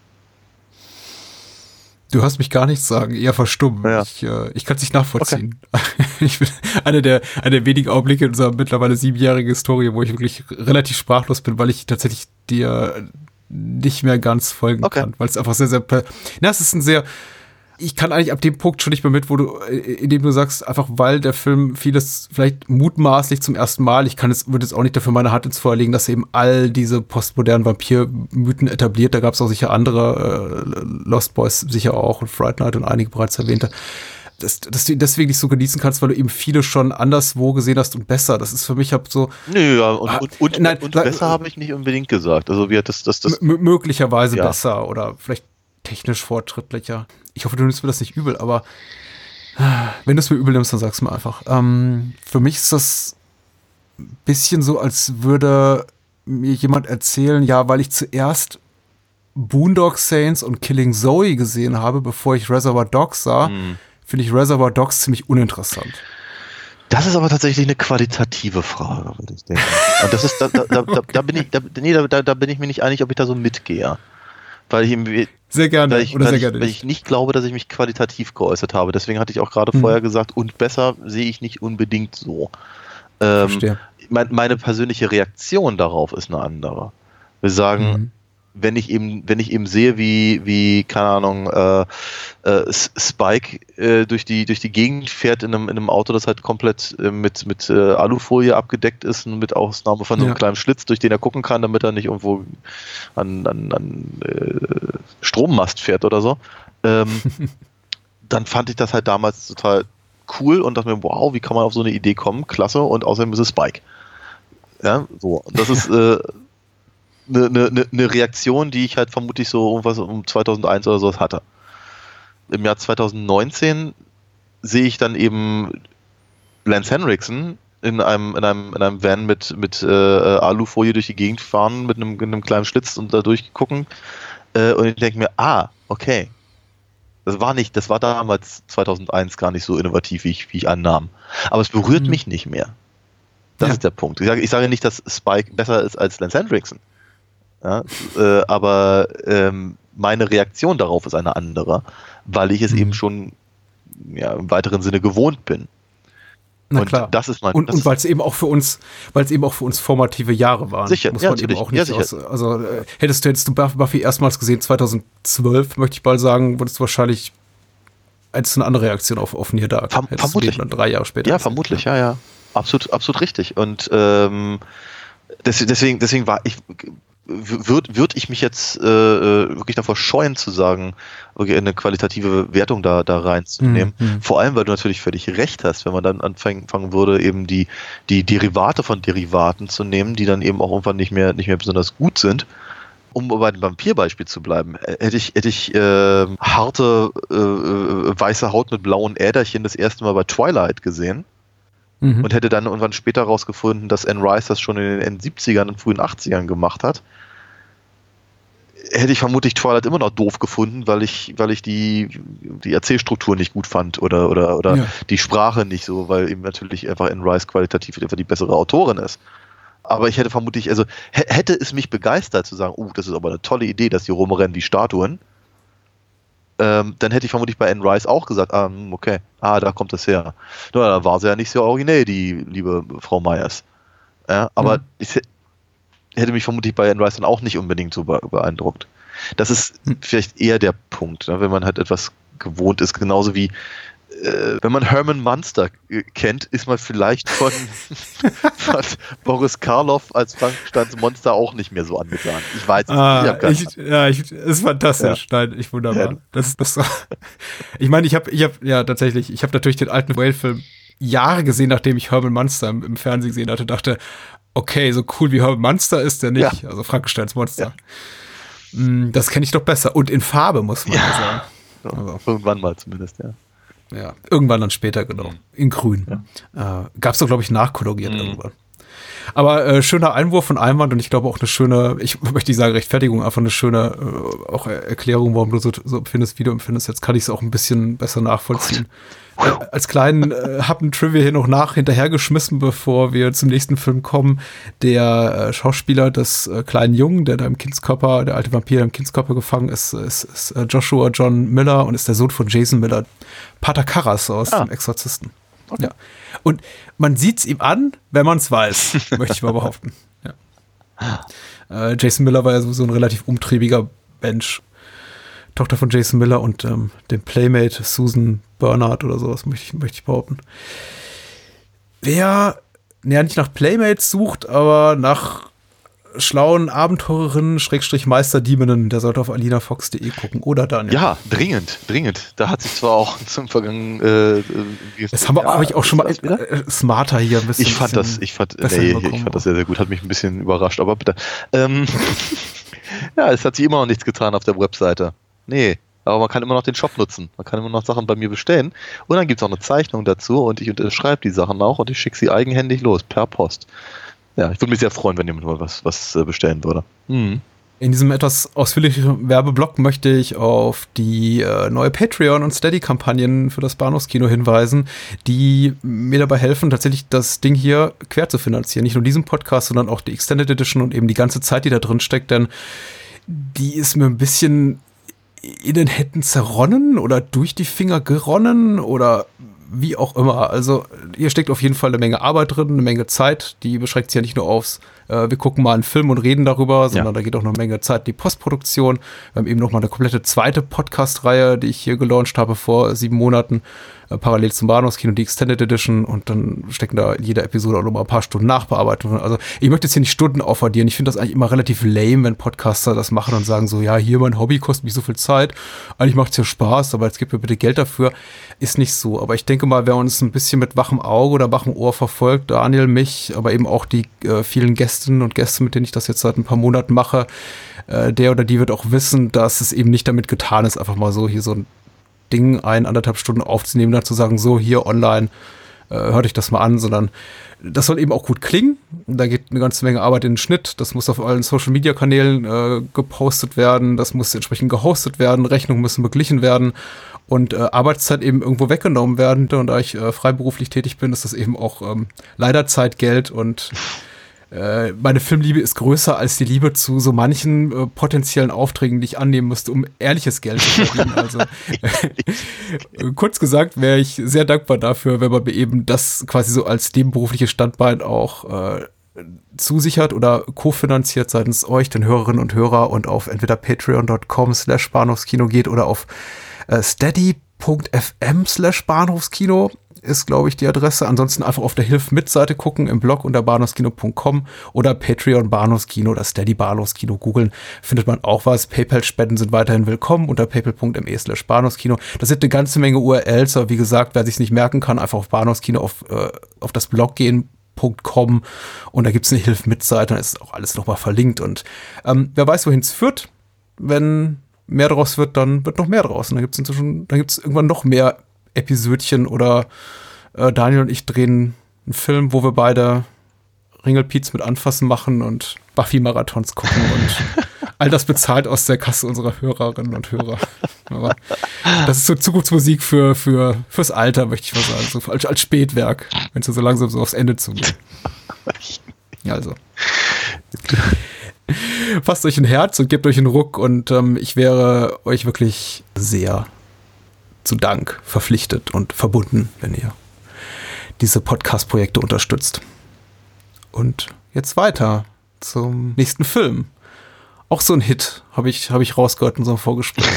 Du hast mich gar nichts sagen, eher verstummen. Ja. Ich, äh, ich kann es nicht nachvollziehen. Okay. Ich bin einer der, einer der wenigen Augenblicke in unserer mittlerweile siebenjährigen Historie, wo ich wirklich relativ sprachlos bin, weil ich tatsächlich dir nicht mehr ganz folgen okay. kann, weil es einfach sehr, sehr, na, es ist ein sehr, ich kann eigentlich ab dem Punkt schon nicht mehr mit, wo du, in dem du sagst, einfach weil der Film vieles vielleicht mutmaßlich zum ersten Mal, ich kann es, würde jetzt auch nicht dafür meine Hand ins Feuer legen, dass er eben all diese postmodernen Vampir-Mythen etabliert. Da gab es auch sicher andere, äh, Lost Boys sicher auch und Fright Night und einige bereits erwähnte. Dass, dass du ihn deswegen nicht so genießen kannst, weil du eben viele schon anderswo gesehen hast und besser. Das ist für mich halt so. Nö, ja, und, und, und, nein, und besser habe ich nicht unbedingt gesagt. Also wie hat das, das, das m- möglicherweise ja. besser oder vielleicht technisch fortschrittlicher. Ich hoffe, du nimmst mir das nicht übel, aber wenn du es mir übel nimmst, dann sag's mir einfach. Ähm, für mich ist das ein bisschen so, als würde mir jemand erzählen, ja, weil ich zuerst Boondock Saints und Killing Zoe gesehen habe, bevor ich Reservoir Dogs sah, hm. finde ich Reservoir Dogs ziemlich uninteressant. Das ist aber tatsächlich eine qualitative Frage, würde ich denken. Und das ist, da, da, da, da bin ich, da, nee, da, da bin ich mir nicht einig, ob ich da so mitgehe. Weil ich ihm, sehr gerne, weil ich, oder weil sehr ich, gerne weil ich nicht glaube, dass ich mich qualitativ geäußert habe. Deswegen hatte ich auch gerade hm. vorher gesagt, und besser sehe ich nicht unbedingt so. Ähm, Verstehe. Mein, meine persönliche Reaktion darauf ist eine andere. Wir sagen, hm. wenn ich eben, wenn ich eben sehe, wie, wie, keine Ahnung, äh, äh, Spike äh, durch die, durch die Gegend fährt in einem, in einem Auto, das halt komplett äh, mit, mit äh, Alufolie abgedeckt ist und mit Ausnahme von so einem ja. kleinen Schlitz, durch den er gucken kann, damit er nicht irgendwo an, an, an äh, Strommast fährt oder so, ähm, dann fand ich das halt damals total cool und dachte mir, wow, wie kann man auf so eine Idee kommen? Klasse, und außerdem ist es Spike. Ja, so. Und das ist, äh, Eine, eine, eine Reaktion, die ich halt vermutlich so irgendwas um zweitausendeins oder sowas hatte. Im Jahr zweitausendneunzehn sehe ich dann eben Lance Henriksen in einem, in einem, in einem Van mit, mit äh, Alufolie durch die Gegend fahren, mit einem, mit einem kleinen Schlitz und da durchgucken. Äh, und ich denke mir, ah, okay. Das war nicht, das war damals zweitausendeins gar nicht so innovativ, wie ich, wie ich annahm. Aber es berührt mhm. mich nicht mehr. Das ja. ist der Punkt. Ich sage, ich sage nicht, dass Spike besser ist als Lance Henriksen. Ja, äh, aber ähm, meine Reaktion darauf ist eine andere, weil ich es mhm. eben schon ja, im weiteren Sinne gewohnt bin. Na und klar. Das ist mein, und das und weil es eben auch für uns, weil es eben auch für uns formative Jahre waren. Sicher, muss ja, man eben natürlich. auch nicht Ja, aus. Also äh, hättest du hättest du Buffy erstmals gesehen zweitausendzwölf, möchte ich mal sagen, würdest du wahrscheinlich als eine andere Reaktion auf auf Near Dark. Verm hättest vermutlich. Du dann drei Jahre später. Ja, gesehen. vermutlich, ja, ja. Absolut, absolut richtig. Und ähm, deswegen, deswegen war ich, würde würd ich mich jetzt äh, wirklich davor scheuen zu sagen, wirklich eine qualitative Wertung da, da reinzunehmen. Mhm. Vor allem, weil du natürlich völlig recht hast, wenn man dann anfangen würde, eben die, die Derivate von Derivaten zu nehmen, die dann eben auch irgendwann nicht mehr, nicht mehr besonders gut sind. Um bei dem Vampirbeispiel zu bleiben, hätte ich, hätte ich äh, harte äh, weiße Haut mit blauen Äderchen das erste Mal bei Twilight gesehen. Mhm. Und hätte dann irgendwann später rausgefunden, dass Anne Rice das schon in den End-siebzigern und frühen achtzigern gemacht hat, hätte ich vermutlich Twilight immer noch doof gefunden, weil ich, weil ich die, die Erzählstruktur nicht gut fand oder, oder, oder Ja. die Sprache nicht so, weil eben natürlich einfach Anne Rice qualitativ einfach die bessere Autorin ist. Aber ich hätte vermutlich, also hätte es mich begeistert zu sagen, uh, das ist aber eine tolle Idee, dass die rumrennen wie Statuen, ähm, dann hätte ich vermutlich bei Anne Rice auch gesagt, ah, okay, ah, da kommt das her. Nur, da war sie ja nicht so originell, die liebe Frau Myers. Ja, aber Mhm. ich hätte mich vermutlich bei Anne Rice dann auch nicht unbedingt so beeindruckt. Das ist Mhm. vielleicht eher der Punkt, ne, wenn man halt etwas gewohnt ist, genauso wie äh, wenn man Herman Munster äh, kennt, ist man vielleicht von, von Boris Karloff als Frankensteins Monster auch nicht mehr so angetan. Ich weiß es Ah, nicht. Ich hab keine ich, ja, ich, ist fantastisch. Nein, ich wunderbar. Ja. Das ist das. Ich meine, ich habe, ich habe, ja tatsächlich, ich habe natürlich den alten Whale-Film Jahre gesehen, nachdem ich Herman Munster im, im Fernsehen gesehen hatte, dachte, okay, so cool wie Herman Munster ist der nicht, Ja. also Frankensteins Monster. Ja. Das kenne ich doch besser und in Farbe muss man ja, sagen. Ja, Also. irgendwann mal zumindest, ja. Ja, irgendwann dann später, genau. In grün. Ja. Äh, gab's doch, glaube ich, nachkoloriert mhm. irgendwann. Aber äh, schöner Einwurf und Einwand und ich glaube auch eine schöne, ich möchte nicht sagen Rechtfertigung, einfach eine schöne äh, auch Erklärung, warum du so, so empfindest, wie du empfindest. Jetzt kann ich es auch ein bisschen besser nachvollziehen. Äh, als kleinen äh, Happen Trivia hier noch nach hinterhergeschmissen, bevor wir zum nächsten Film kommen. Der äh, Schauspieler des äh, kleinen Jungen, der da im Kindskörper, der alte Vampir, der im Kindskörper gefangen ist, ist, ist äh, Joshua John Miller und ist der Sohn von Jason Miller, Pater Karras aus ah. dem Exorzisten. Okay. Ja. Und man sieht es ihm an, wenn man es weiß, möchte ich mal behaupten. Ja. Äh, Jason Miller war ja sowieso ein relativ umtriebiger Mensch. Tochter von Jason Miller und ähm, dem Playmate Susan Bernard oder sowas, möchte ich, möchte ich behaupten. Wer, ja nicht nach Playmates sucht, aber nach schlauen Abenteurerinnen, Schrägstrich Meisterdiebenen, der sollte auf alina fox punkt de gucken, oder Daniel? Ja, dringend, dringend. Da hat sich zwar auch zum vergangenen äh, das haben wir, ja, habe ich auch schon mal äh, smarter hier ein bisschen. Ich fand das, ich fand, nee, ich fand das sehr, sehr gut, hat mich ein bisschen überrascht, aber bitte. Ähm, ja, es hat sich immer noch nichts getan auf der Webseite. Nee, aber man kann immer noch den Shop nutzen. Man kann immer noch Sachen bei mir bestellen. Und dann gibt es auch eine Zeichnung dazu und ich unterschreibe die Sachen auch und ich schicke sie eigenhändig los, per Post. Ja, ich würde mich sehr freuen, wenn jemand mal was, was bestellen würde. Mhm. In diesem etwas ausführlichen Werbeblock möchte ich auf die äh, neue Patreon- und Steady-Kampagnen für das Bahnhofskino hinweisen, die mir dabei helfen, tatsächlich das Ding hier quer zu finanzieren. Nicht nur diesen Podcast, sondern auch die Extended Edition und eben die ganze Zeit, die da drin steckt, denn die ist mir ein bisschen in den Händen zerronnen oder durch die Finger geronnen oder wie auch immer. Also hier steckt auf jeden Fall eine Menge Arbeit drin, eine Menge Zeit. Die beschränkt sich ja nicht nur aufs, äh, wir gucken mal einen Film und reden darüber, sondern ja. da geht auch noch eine Menge Zeit in die Postproduktion. Wir haben eben noch mal eine komplette zweite Podcast-Reihe, die ich hier gelauncht habe vor sieben Monaten, äh, parallel zum Bahnhofskino, die Extended Edition, und dann stecken da in jeder Episode auch noch mal ein paar Stunden Nachbearbeitung. Also ich möchte jetzt hier nicht Stunden aufaddieren. Ich finde das eigentlich immer relativ lame, wenn Podcaster das machen und sagen so, ja, hier mein Hobby kostet mich so viel Zeit. Eigentlich macht es ja Spaß, aber jetzt gib mir bitte Geld dafür. Ist nicht so. Aber ich denke mal, wer uns ein bisschen mit wachem Auge oder wachem Ohr verfolgt, Daniel, mich, aber eben auch die äh, vielen Gästinnen und Gäste, mit denen ich das jetzt seit ein paar Monaten mache, äh, der oder die wird auch wissen, dass es eben nicht damit getan ist, einfach mal so hier so ein Ding ein, anderthalb Stunden aufzunehmen, dann zu sagen, so hier online, äh, hört euch das mal an, sondern das soll eben auch gut klingen. Da geht eine ganze Menge Arbeit in den Schnitt. Das muss auf allen Social-Media-Kanälen äh, gepostet werden. Das muss entsprechend gehostet werden. Rechnungen müssen beglichen werden. Und äh, Arbeitszeit eben irgendwo weggenommen werden. Und da ich äh, freiberuflich tätig bin, ist das eben auch ähm, leider Zeit, Geld und äh, meine Filmliebe ist größer als die Liebe zu so manchen äh, potenziellen Aufträgen, die ich annehmen müsste, um ehrliches Geld zu verdienen. Also äh, kurz gesagt wäre ich sehr dankbar dafür, wenn man mir eben das quasi so als nebenberufliches Standbein auch äh, zusichert oder kofinanziert seitens euch, den Hörerinnen und Hörer, und auf entweder patreon.com slash Bahnhofskino geht oder auf äh, steady.fm slash Bahnhofskino ist, glaube ich, die Adresse. Ansonsten einfach auf der Hilf-Mit-Seite gucken, im Blog unter bahnhofskino punkt com oder Patreon Bahnhofskino oder Steady Bahnhofskino googeln, findet man auch was. PayPal-Spenden sind weiterhin willkommen unter paypal.me slash Bahnhofskino. Das sind eine ganze Menge U R Ls, aber wie gesagt, wer sich nicht merken kann, einfach auf Bahnhofskino auf, äh, auf das Blog gehen, .com, und da gibt es eine Hilf-Mit-Seite, da ist auch alles nochmal verlinkt, und ähm, wer weiß, wohin es führt. Wenn mehr draus wird, dann wird noch mehr draus, und dann gibt es inzwischen, dann gibt es irgendwann noch mehr Episödchen, oder äh, Daniel und ich drehen einen Film, wo wir beide Ringelpiez mit Anfassen machen und Buffy-Marathons gucken und all das bezahlt aus der Kasse unserer Hörerinnen und Hörer. Aber das ist so Zukunftsmusik für, für, fürs Alter, möchte ich mal sagen, so als, als Spätwerk, wenn es so langsam so aufs Ende zugeht. Ja, also. Fasst euch ein Herz und gebt euch einen Ruck, und ähm, ich wäre euch wirklich sehr zu Dank verpflichtet und verbunden, wenn ihr diese Podcast-Projekte unterstützt. Und jetzt weiter zum nächsten Film. Auch so ein Hit, habe ich, hab ich rausgehört in so einem Vorgespräch.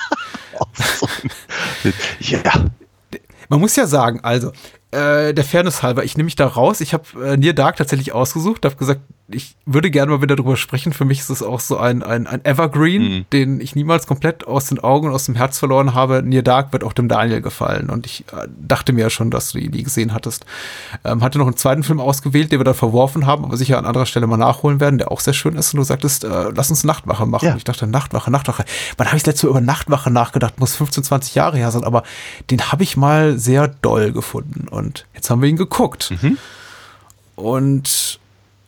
So ja. Man muss ja sagen, also, äh, der Fairness halber, ich nehme mich da raus. Ich habe äh, Near Dark tatsächlich ausgesucht, habe gesagt, ich würde gerne mal wieder drüber sprechen. Für mich ist es auch so ein, ein, ein Evergreen, mhm. den ich niemals komplett aus den Augen und aus dem Herz verloren habe. Near Dark wird auch dem Daniel gefallen, und ich äh, dachte mir ja schon, dass du ihn nie gesehen hattest. Ähm, hatte noch einen zweiten Film ausgewählt, den wir dann verworfen haben, aber sicher an anderer Stelle mal nachholen werden, der auch sehr schön ist, und du sagtest, äh, lass uns Nachtwache machen. Ja. Und ich dachte, Nachtwache, Nachtwache. Wann habe ich das letzte Mal über Nachtwache nachgedacht? Muss fünfzehn, zwanzig Jahre her sein, aber den habe ich mal sehr doll gefunden, und jetzt haben wir ihn geguckt. Mhm. Und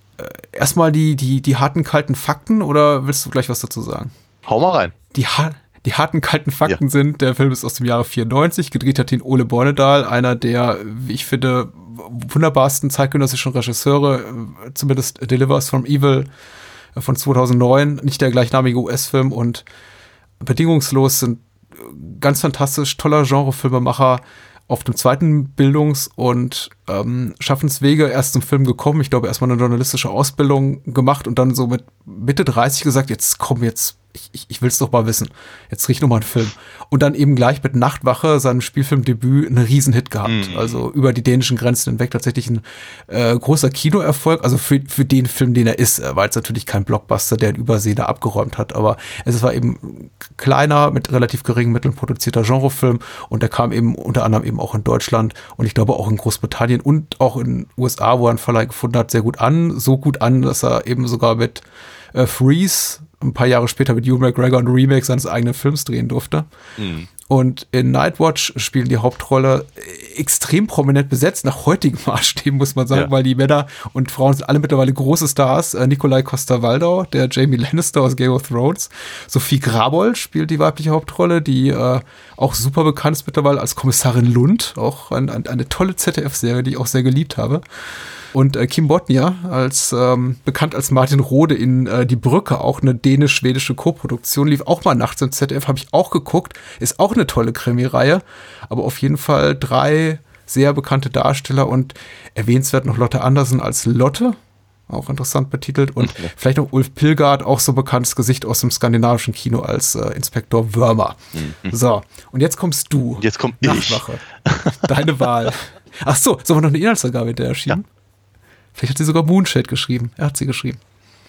erstmal die, die, die harten, kalten Fakten, oder willst du gleich was dazu sagen? Hau mal rein. Die, ha- die harten, kalten Fakten ja. sind, der Film ist aus dem Jahre vierundneunzig, gedreht hat ihn Ole Bornedal, einer der, wie ich finde, wunderbarsten zeitgenössischen Regisseure, zumindest Delivers from Evil von zweitausendneun, nicht der gleichnamige U S-Film, und Bedingungslos sind ganz fantastisch, toller Genrefilmemacher, auf dem zweiten Bildungs- und ähm, Schaffenswege erst zum Film gekommen. Ich glaube, erstmal eine journalistische Ausbildung gemacht und dann so mit Mitte dreißig gesagt, jetzt komm, jetzt, ich, ich, ich will es doch mal wissen. Jetzt krieg ich noch mal einen Film. Und dann eben gleich mit Nachtwache, seinem Spielfilmdebüt, einen Riesenhit gehabt. Mhm. Also über die dänischen Grenzen hinweg tatsächlich ein äh, großer Kinoerfolg. Also für, für den Film, den er ist, war jetzt natürlich kein Blockbuster, der in Übersee da abgeräumt hat. Aber es war eben kleiner, mit relativ geringen Mitteln produzierter Genrefilm. Und der kam eben unter anderem eben auch in Deutschland und ich glaube auch in Großbritannien und auch in den U S A, wo er einen Verleih gefunden hat, sehr gut an. So gut an, dass er eben sogar mit äh, Freeze ein paar Jahre später mit Ewan McGregor ein Remake seines eigenen Films drehen durfte. Mhm. Und in Nightwatch spielen die Hauptrolle extrem prominent besetzt, nach heutigen Maßstäben, muss man sagen, ja. weil die Männer und Frauen sind alle mittlerweile große Stars. Äh, Nikolai Coster-Waldau, der Jamie Lannister aus Game of Thrones. Sophie Grabold spielt die weibliche Hauptrolle, die äh, auch super bekannt ist mittlerweile als Kommissarin Lund. Auch ein, ein, eine tolle Z D F-Serie, die ich auch sehr geliebt habe. Und äh, Kim Bodnia, als ähm, bekannt als Martin Rode in äh, Die Brücke, auch eine dänisch-schwedische Co-Produktion, lief auch mal nachts im Z D F, habe ich auch geguckt. Ist auch eine tolle Krimi-Reihe, aber auf jeden Fall drei sehr bekannte Darsteller und erwähnenswert noch Lotte Andersen als Lotte, auch interessant betitelt, und okay. vielleicht noch Ulf Pilgard, auch so bekanntes Gesicht aus dem skandinavischen Kino als äh, Inspektor Wörmer. Mhm. So, und jetzt kommst du. Jetzt kommt Nachtwache. Ich. Deine Wahl. Ach so, sollen wir noch eine Inhaltsangabe hinterher schieben? Ja. Vielleicht hat sie sogar Moonshade geschrieben. Er hat sie geschrieben.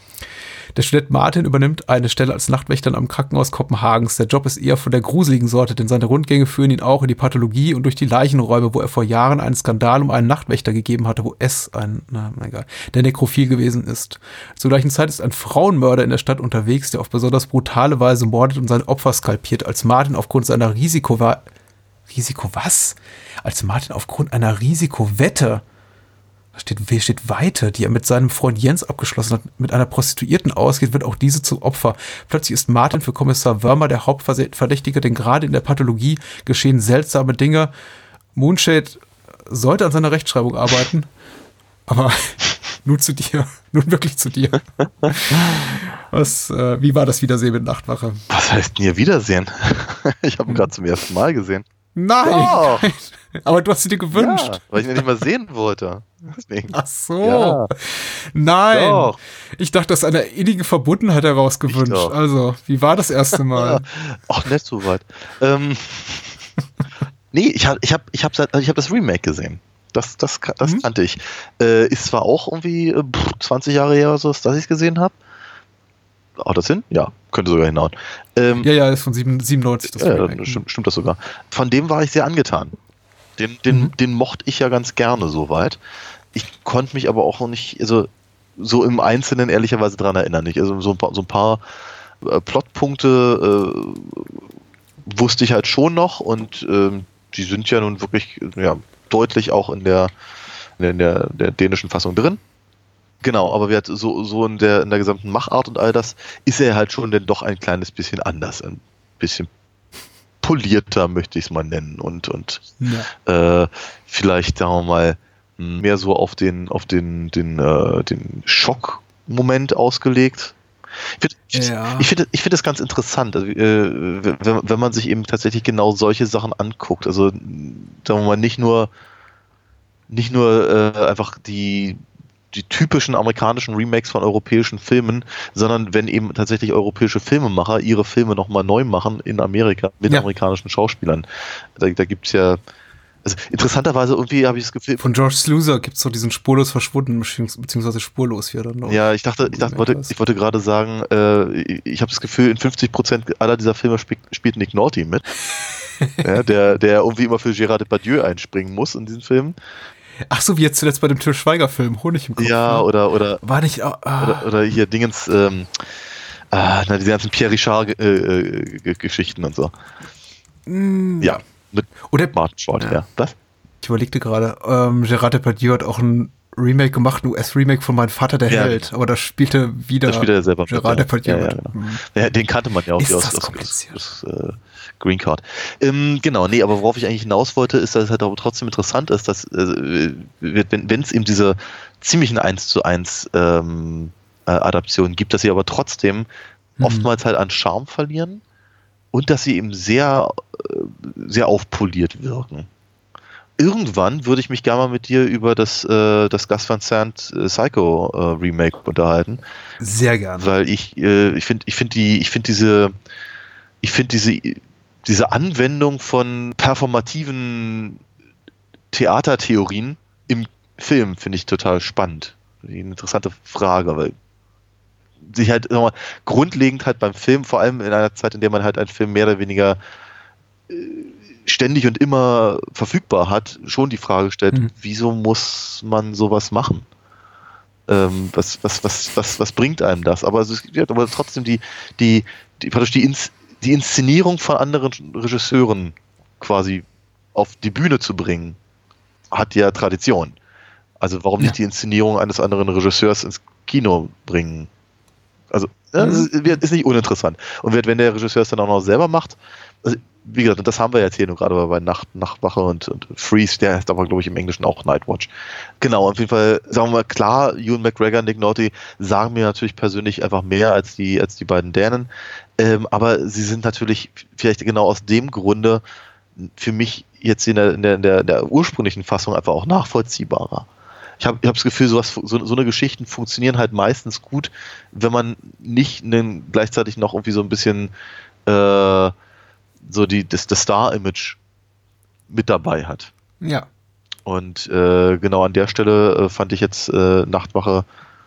Der Student Martin übernimmt eine Stelle als Nachtwächter am Krankenhaus Kopenhagens. Der Job ist eher von der gruseligen Sorte, denn seine Rundgänge führen ihn auch in die Pathologie und durch die Leichenräume, wo er vor Jahren einen Skandal um einen Nachtwächter gegeben hatte, wo es ein, na, egal, der nekrophil gewesen ist. Zur gleichen Zeit ist ein Frauenmörder in der Stadt unterwegs, der auf besonders brutale Weise mordet und sein Opfer skalpiert. Als Martin aufgrund seiner Risiko war, Risiko was? Als Martin aufgrund einer Risikowette Steht, steht weiter, die er mit seinem Freund Jens abgeschlossen hat, mit einer Prostituierten ausgeht, wird auch diese zum Opfer. Plötzlich ist Martin für Kommissar Wörmer der Hauptverdächtige, denn gerade in der Pathologie geschehen seltsame Dinge. Moonshade sollte an seiner Rechtschreibung arbeiten, aber nun zu dir. Nun wirklich zu dir. Was, äh, wie war das Wiedersehen mit Nachtwache? Was heißt denn hier Wiedersehen? Ich habe ihn gerade zum ersten Mal gesehen. Nein! Doch. Aber du hast sie dir gewünscht. Ja, weil ich ihn nicht mal sehen wollte. Deswegen. Ach so. Ja. Nein. Doch. Ich dachte, das ist eine innige Verbundenheit herausgewünscht. Ich doch. Also, wie war das erste Mal? Ach, nicht so weit. Ähm, nee, ich habe ich hab, ich hab, seit- ich hab das Remake gesehen. Das, das, ka- das Mhm. kannte ich. Äh, ist zwar auch irgendwie äh, pff, zwanzig Jahre her oder so, dass ich es gesehen habe. Haut das hin? Ja, könnte sogar hinhauen. Ähm, Ja, ja, ist von sieben- siebenundneunzig das ja, Remake. dann stimmt, stimmt das sogar. Von dem war ich sehr angetan. Den, den, Mhm. den mochte ich ja ganz gerne soweit. Ich konnte mich aber auch noch nicht, also so im Einzelnen ehrlicherweise dran erinnern. Ich, also so ein paar, so ein paar äh, Plotpunkte äh, wusste ich halt schon noch und ähm, die sind ja nun wirklich ja, deutlich auch in der, in der, der dänischen Fassung drin. Genau, aber wir hat so, so in der, in der gesamten Machart und all das ist er halt schon dann doch ein kleines bisschen anders, ein bisschen polierter, möchte ich es mal nennen und, und Ja. äh, vielleicht, sagen wir mal, mehr so auf den, auf den, den, äh, den Schockmoment ausgelegt. Ich finde Ja. ich find, ich find das ganz interessant, also, äh, wenn, wenn man sich eben tatsächlich genau solche Sachen anguckt. Also, sagen wir mal, nicht nur, nicht nur äh, einfach die, die typischen amerikanischen Remakes von europäischen Filmen, sondern wenn eben tatsächlich europäische Filmemacher ihre Filme nochmal neu machen in Amerika mit Ja. amerikanischen Schauspielern. Da, da gibt es ja, also interessanterweise irgendwie habe ich das Gefühl, Von George Sluicer gibt es so diesen spurlos verschwunden, beziehungs- beziehungsweise spurlos, wie er dann noch. ja, ich dachte, ich dachte, wollte, ich wollte gerade sagen, äh, ich habe das Gefühl, in fünfzig Prozent aller dieser Filme spielt, spielt Nick Nolte mit. Ja, der, der irgendwie immer für Gérard Depardieu einspringen muss in diesen Filmen. Ach so, wie jetzt zuletzt bei dem Till Schweiger-Film, Honig im Kopf. Ja, ne? oder, oder, War nicht. Oh, ah. oder, oder hier Dingens, ähm, ah, na, diese ganzen Pierre Richard-Geschichten und so. Mm, Ja, mit Oder Martin Short, ja. Ja. Was? ich überlegte gerade, ähm, Gérard Depardieu hat auch ein Remake gemacht, ein U S-Remake von Mein Vater der Ja. Held, aber da spielte wieder Da spielt er selber mit, Gérard ja. Depardieu Ja, ja, mit. genau. Mhm. Ja, den kannte man ja auch Ist aus, das aus, aus, kompliziert. aus äh, Green Card. Ähm, genau, nee, aber worauf ich eigentlich hinaus wollte, ist, dass es halt auch trotzdem interessant ist, dass äh, wenn es eben diese ziemlichen eins zu eins ähm, äh, Adaptionen gibt, dass sie aber trotzdem Mhm. oftmals halt an Charme verlieren und dass sie eben sehr, äh, sehr aufpoliert wirken. Irgendwann würde ich mich gerne mal mit dir über das, äh, das Gus Van Sant äh, Psycho äh, Remake unterhalten. Sehr gerne. Weil ich, äh, ich finde, ich finde die, ich finde diese, ich finde diese, diese Anwendung von performativen Theatertheorien im Film finde ich total spannend. Eine interessante Frage, weil sich halt sag mal, grundlegend halt beim Film, vor allem in einer Zeit, in der man halt einen Film mehr oder weniger äh, ständig und immer verfügbar hat, schon die Frage stellt, Mhm. wieso muss man sowas machen? Ähm, was, was, was, was, was bringt einem das? Aber es ist ja, aber trotzdem die, die, die, praktisch die, Ins, die Inszenierung von anderen Regisseuren quasi auf die Bühne zu bringen, hat ja Tradition. Also warum nicht Ja. die Inszenierung eines anderen Regisseurs ins Kino bringen? Also, ja, das ist, ist nicht uninteressant. Und wenn der Regisseur es dann auch noch selber macht, also, wie gesagt, das haben wir jetzt hier nur gerade bei Nacht, Nachtwache und, und Freeze, der heißt aber, glaube ich, im Englischen auch Nightwatch. Genau, auf jeden Fall, sagen wir mal, klar, Ewan McGregor und Nick Nolte sagen mir natürlich persönlich einfach mehr als die, als die beiden Dänen. Ähm, aber sie sind natürlich vielleicht genau aus dem Grunde für mich jetzt in der, in der, in der, in der ursprünglichen Fassung einfach auch nachvollziehbarer. Ich habe ich hab das Gefühl, sowas, so, so eine Geschichten funktionieren halt meistens gut, wenn man nicht einen, gleichzeitig noch irgendwie so ein bisschen äh, so die, das, das Star-Image mit dabei hat. Ja. Und äh, genau an der Stelle äh, fand ich jetzt äh, Nachtwache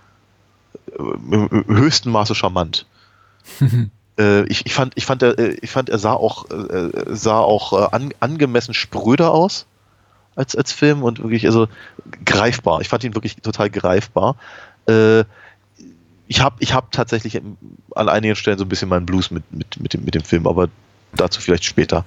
äh, im, im höchsten Maße charmant. äh, ich, ich fand, ich fand, er, ich fand, er sah auch, äh, sah auch äh, an, angemessen spröder aus als, als Film und wirklich, also greifbar. Ich fand ihn wirklich total greifbar. Äh, ich habe ich hab tatsächlich an einigen Stellen so ein bisschen meinen Blues mit, mit, mit, dem, mit dem Film, aber dazu vielleicht später.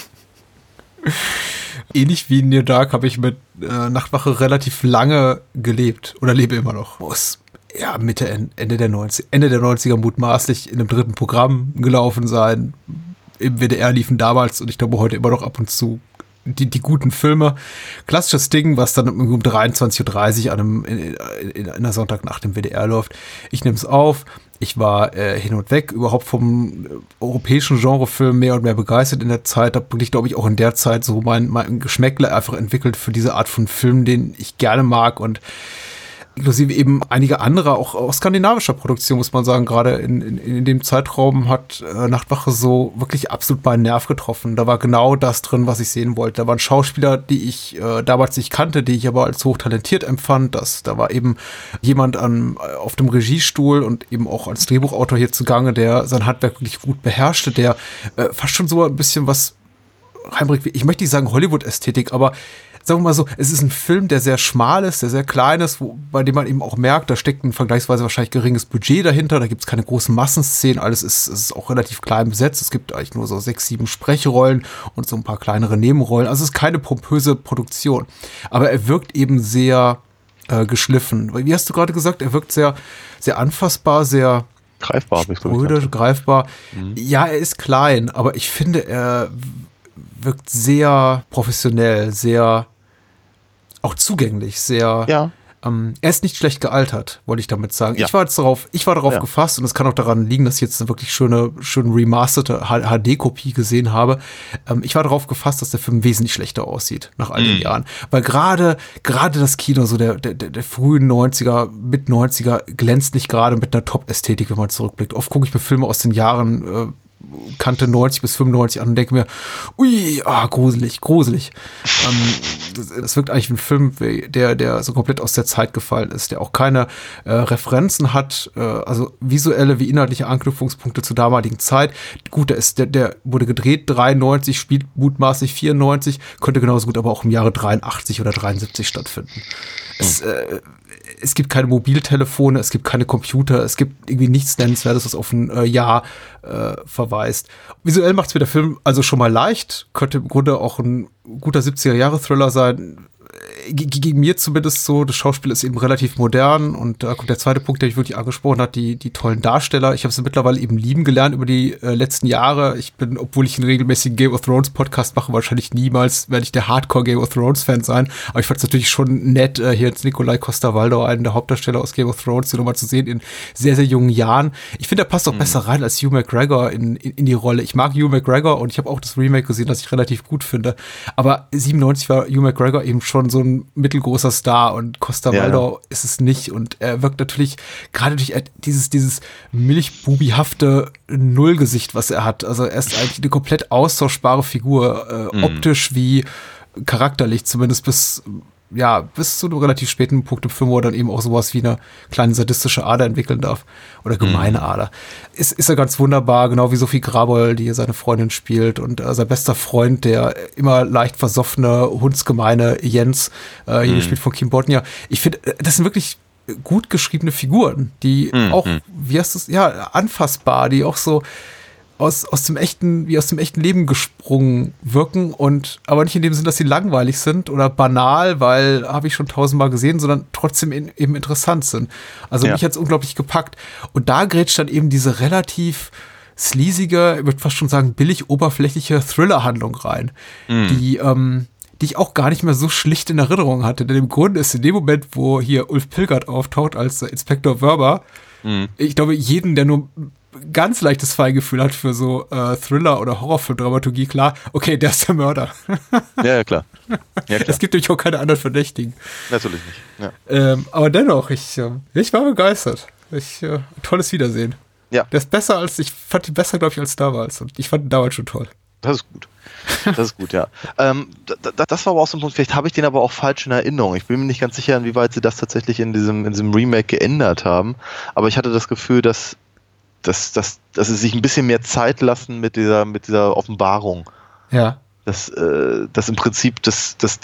Ähnlich wie Near Dark habe ich mit äh, Nachtwache relativ lange gelebt oder lebe immer noch. Muss ja Mitte, Ende der neunziger, Ende der neunziger mutmaßlich in einem dritten Programm gelaufen sein. Im W D R liefen damals und ich glaube heute immer noch ab und zu die, die guten Filme. Klassisches Ding, was dann um dreiundzwanzig Uhr dreißig an einem, in, in, in einer Sonntagnacht im W D R läuft. Ich nehme es auf. Ich war äh, hin und weg, überhaupt vom äh, europäischen Genrefilm mehr und mehr begeistert in der Zeit. Habe wirklich, glaube ich, auch in der Zeit so mein, mein Geschmäckle einfach entwickelt für diese Art von Film, den ich gerne mag und inklusive eben einige andere, auch aus skandinavischer Produktion, muss man sagen, gerade in, in, in dem Zeitraum hat äh, Nachtwache so wirklich absolut meinen Nerv getroffen. Da war genau das drin, was ich sehen wollte. Da waren Schauspieler, die ich äh, damals nicht kannte, die ich aber als hochtalentiert empfand. Das, da war eben jemand an, auf dem Regiestuhl und eben auch als Drehbuchautor hier zugange, der sein Handwerk wirklich gut beherrschte, der äh, fast schon so ein bisschen was reinbringt, ich möchte nicht sagen Hollywood-Ästhetik, aber sagen wir mal so, es ist ein Film, der sehr schmal ist, der sehr klein ist, wo, bei dem man eben auch merkt, da steckt ein vergleichsweise wahrscheinlich geringes Budget dahinter, da gibt es keine großen Massenszenen, alles ist, ist auch relativ klein besetzt, es gibt eigentlich nur so sechs, sieben Sprechrollen und so ein paar kleinere Nebenrollen, also es ist keine pompöse Produktion, aber er wirkt eben sehr äh, geschliffen. Wie hast du gerade gesagt, er wirkt sehr, sehr anfassbar, sehr greifbar, spröde, greifbar. Mhm. Ja, er ist klein, aber ich finde, er wirkt sehr professionell, sehr auch zugänglich, sehr, ja. ähm, er ist nicht schlecht gealtert, wollte ich damit sagen. Ja. Ich war jetzt darauf, ich war darauf ja. gefasst und es kann auch daran liegen, dass ich jetzt eine wirklich schöne, schön remasterte H D-Kopie gesehen habe. Ähm, ich war darauf gefasst, dass der Film wesentlich schlechter aussieht nach all den mhm. Jahren. Weil gerade, gerade das Kino, so der, der, der frühen neunziger, mit neunziger glänzt nicht gerade mit einer Top-Ästhetik, wenn man zurückblickt. Oft gucke ich mir Filme aus den Jahren, äh, Kante neunzig bis fünfundneunzig an und denke mir, ui, ah, gruselig, gruselig. ähm, das, das wirkt eigentlich wie ein Film, der, der so komplett aus der Zeit gefallen ist, der auch keine äh, Referenzen hat, äh, also visuelle wie inhaltliche Anknüpfungspunkte zur damaligen Zeit. Gut, der ist, der, der wurde gedreht dreiundneunzig, spielt mutmaßlich vierundneunzig, könnte genauso gut aber auch im Jahre dreiundachtzig oder dreiundsiebzig stattfinden. Hm. Es, äh, es gibt keine Mobiltelefone, es gibt keine Computer, es gibt irgendwie nichts Nennenswertes, was auf ein äh, Jahr äh, verweist. Visuell macht es mir der Film also schon mal leicht, könnte im Grunde auch ein guter siebziger-Jahre-Thriller sein. Gegen mir zumindest so, das Schauspiel ist eben relativ modern und da kommt der zweite Punkt, der mich wirklich angesprochen hat, die, die tollen Darsteller. Ich habe sie mittlerweile eben lieben gelernt über die äh, letzten Jahre. Ich bin, obwohl ich einen regelmäßigen Game of Thrones Podcast mache, wahrscheinlich niemals werde ich der Hardcore Game of Thrones Fan sein, aber ich fand es natürlich schon nett, äh, hier jetzt Nikolai Coster-Waldau, einen der Hauptdarsteller aus Game of Thrones, den nochmal zu sehen in sehr, sehr jungen Jahren. Ich finde, er passt auch mhm. besser rein als Hugh McGregor in, in, in die Rolle. Ich mag Hugh McGregor und ich habe auch das Remake gesehen, das ich relativ gut finde, aber siebenundneunzig war Hugh McGregor eben schon so ein mittelgroßer Star und Costa-Waldau ja. ist es nicht und er wirkt natürlich gerade durch dieses, dieses milchbubihafte Nullgesicht, was er hat, also er ist eigentlich eine komplett austauschbare Figur, äh, mhm. optisch wie charakterlich, zumindest bis ja, bis zu einem relativ späten Punkt im Film, wo er dann eben auch sowas wie eine kleine sadistische Ader entwickeln darf. Oder gemeine mhm. Ader. Ist, ist er ganz wunderbar, genau wie Sophie Grabol, die seine Freundin spielt. Und äh, sein bester Freund, der immer leicht versoffene, hundsgemeine Jens, äh, hier mhm. gespielt von Kim Bodnia. Ich finde, das sind wirklich gut geschriebene Figuren, die mhm. auch, wie heißt das, ja, anfassbar, die auch so aus, aus dem echten, wie aus dem echten Leben gesprungen wirken und aber nicht in dem Sinn, dass sie langweilig sind oder banal, weil habe ich schon tausendmal gesehen, sondern trotzdem in, eben interessant sind. Also ja. mich hat's unglaublich gepackt. Und da grätscht dann eben diese relativ sleasige, ich würde fast schon sagen, billig oberflächliche Thriller-Handlung rein, mhm. die, ähm, die ich auch gar nicht mehr so schlicht in Erinnerung hatte. Denn im Grunde ist in dem Moment, wo hier Ulf Pilgert auftaucht als Inspektor Wörber, mhm. ich glaube, jeden, der nur ganz leichtes Feingefühl hat für so äh, Thriller- oder Horrorfilm-Dramaturgie, klar, okay, der ist der Mörder. Ja, ja, klar. Ja, klar. Es gibt nämlich auch keine anderen Verdächtigen. Natürlich nicht, ja. Ähm, aber dennoch, ich, äh, ich war begeistert. Ich, äh, tolles Wiedersehen. Ja. Der ist besser als, ich fand ihn besser, glaube ich, als damals. Und ich fand ihn damals schon toll. Das ist gut. Das ist gut, ja. ähm, da, das war aber auch so ein Punkt, vielleicht habe ich den aber auch falsch in Erinnerung. Ich bin mir nicht ganz sicher, inwieweit sie das tatsächlich in diesem, in diesem Remake geändert haben. Aber ich hatte das Gefühl, dass Dass, dass, dass sie sich ein bisschen mehr Zeit lassen mit dieser, mit dieser Offenbarung. Ja. Das, äh, das im Prinzip, das, das,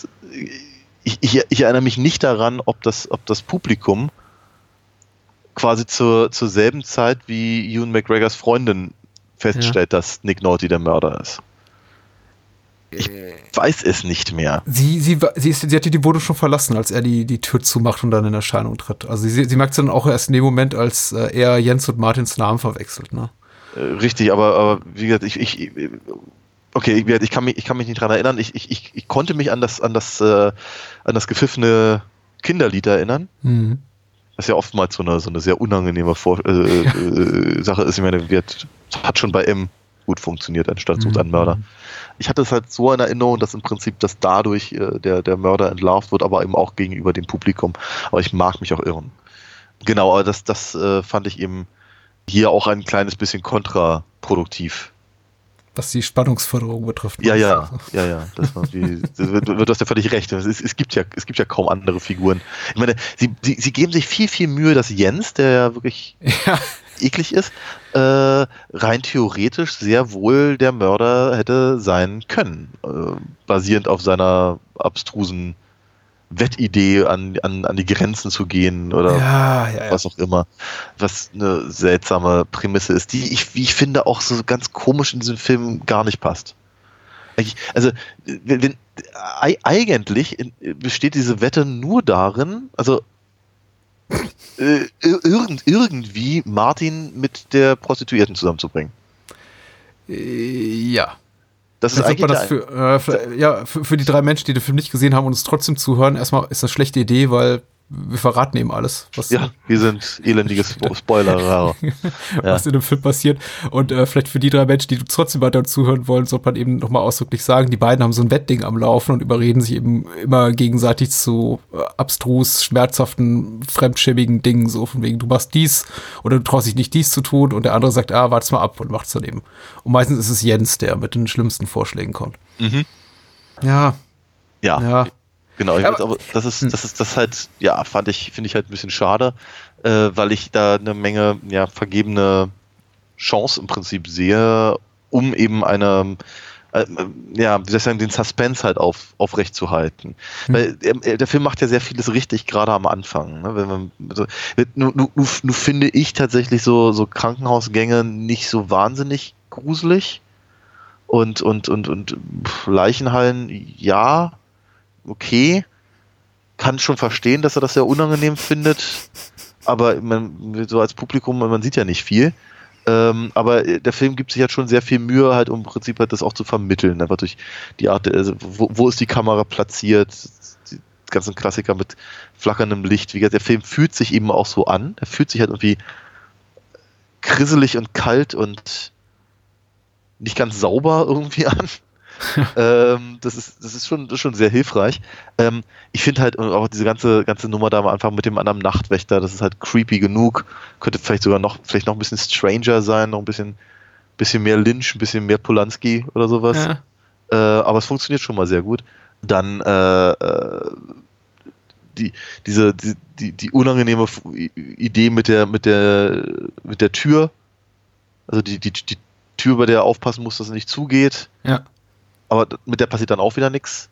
ich, ich, ich erinnere mich nicht daran, ob das, ob das Publikum quasi zur, zur selben Zeit wie Ewan McGregors Freundin feststellt, ja. dass Nick Nolte der Mörder ist. Ich weiß es nicht mehr. Sie, sie, sie, ist, sie hat die Wohnung schon verlassen, als er die, die Tür zumacht und dann in Erscheinung tritt. Also sie, sie merkt es dann auch erst in dem Moment, als äh, er Jens und Martins Namen verwechselt. Ne? Äh, richtig, aber, aber wie gesagt, ich, ich, okay, ich, ich, kann mich, ich kann mich nicht dran erinnern. Ich, ich, ich, ich konnte mich an das, an das, äh, an das gepfiffene Kinderlied erinnern. Mhm. Was ja oftmals so eine, so eine sehr unangenehme Vor- äh, ja. äh, Sache ist. Ich meine, wird, hat schon bei M gut funktioniert, anstatt sucht einen Mörder. Ich hatte es halt so in Erinnerung, dass im Prinzip, dass dadurch äh, der, der Mörder entlarvt wird, aber eben auch gegenüber dem Publikum. Aber ich mag mich auch irren. Genau, aber das, das äh, fand ich eben hier auch ein kleines bisschen kontraproduktiv. Was die Spannungsförderung betrifft. Ja, ja, ja, ja. Das war die, das wird, du hast ja völlig recht. Es, es, gibt ja, es gibt ja kaum andere Figuren. Ich meine, sie, sie, sie geben sich viel, viel Mühe, dass Jens, der ja wirklich ja. eklig ist, äh, rein theoretisch sehr wohl der Mörder hätte sein können. Äh, basierend auf seiner abstrusen Wettidee, an, an, an die Grenzen zu gehen oder ja, ja, ja. was auch immer. Was eine seltsame Prämisse ist, die ich, wie ich finde, auch so ganz komisch in diesem Film gar nicht passt. Also, wenn, wenn, eigentlich besteht diese Wette nur darin, also äh, irgend, irgendwie Martin mit der Prostituierten zusammenzubringen. Ja. Das ist eigentlich das für, äh, für, ja, für, für die drei Menschen, die den Film nicht gesehen haben und uns trotzdem zuhören, erstmal ist das eine schlechte Idee, weil wir verraten eben alles. Was ja, wir sind elendige Spoiler. was ja. in dem Film passiert. Und äh, vielleicht für die drei Menschen, die trotzdem weiter zuhören wollen, sollte man eben nochmal ausdrücklich sagen, die beiden haben so ein Wettding am Laufen und überreden sich eben immer gegenseitig zu äh, abstrus, schmerzhaften, fremdschämigen Dingen, so von wegen, du machst dies oder du traust dich nicht dies zu tun und der andere sagt, ah, wart's mal ab und macht's dann eben. Und meistens ist es Jens, der mit den schlimmsten Vorschlägen kommt. Mhm. Ja. Ja. Ja. Genau, ich aber, aber das ist, das ist das halt, ja, fand ich, finde ich halt ein bisschen schade, äh, weil ich da eine Menge, ja, vergebene Chance im Prinzip sehe, um eben eine, äh, ja, wie soll ich sagen, den Suspense halt auf, aufrecht zu halten. Hm. Weil äh, der Film macht ja sehr vieles richtig, gerade am Anfang. Ne? Wenn man, also, nur, nur, nur finde ich tatsächlich so, so Krankenhausgänge nicht so wahnsinnig gruselig und, und, und, und Leichenhallen, ja, okay, kann schon verstehen, dass er das sehr unangenehm findet, aber man, so als Publikum, man sieht ja nicht viel, ähm, aber der Film gibt sich halt schon sehr viel Mühe, halt um im Prinzip halt das auch zu vermitteln, einfach durch die Art, also wo, wo ist die Kamera platziert, die ganzen Klassiker mit flackerndem Licht, wie gesagt, der Film fühlt sich eben auch so an, er fühlt sich halt irgendwie krisselig und kalt und nicht ganz sauber irgendwie an. ähm, das ist, das ist schon, das ist schon sehr hilfreich. Ähm, ich finde halt auch diese ganze, ganze Nummer da am Anfang mit dem anderen Nachtwächter, das ist halt creepy genug. Könnte vielleicht sogar noch, vielleicht noch ein bisschen stranger sein, noch ein bisschen, bisschen mehr Lynch, ein bisschen mehr Polanski oder sowas. Ja. Äh, aber es funktioniert schon mal sehr gut. Dann äh, äh, die, diese, die, die, die unangenehme Idee mit der, mit der, mit der Tür. Also die, die, die Tür, bei der er aufpassen muss, dass es nicht zugeht. Ja. Aber mit der passiert dann auch wieder nichts.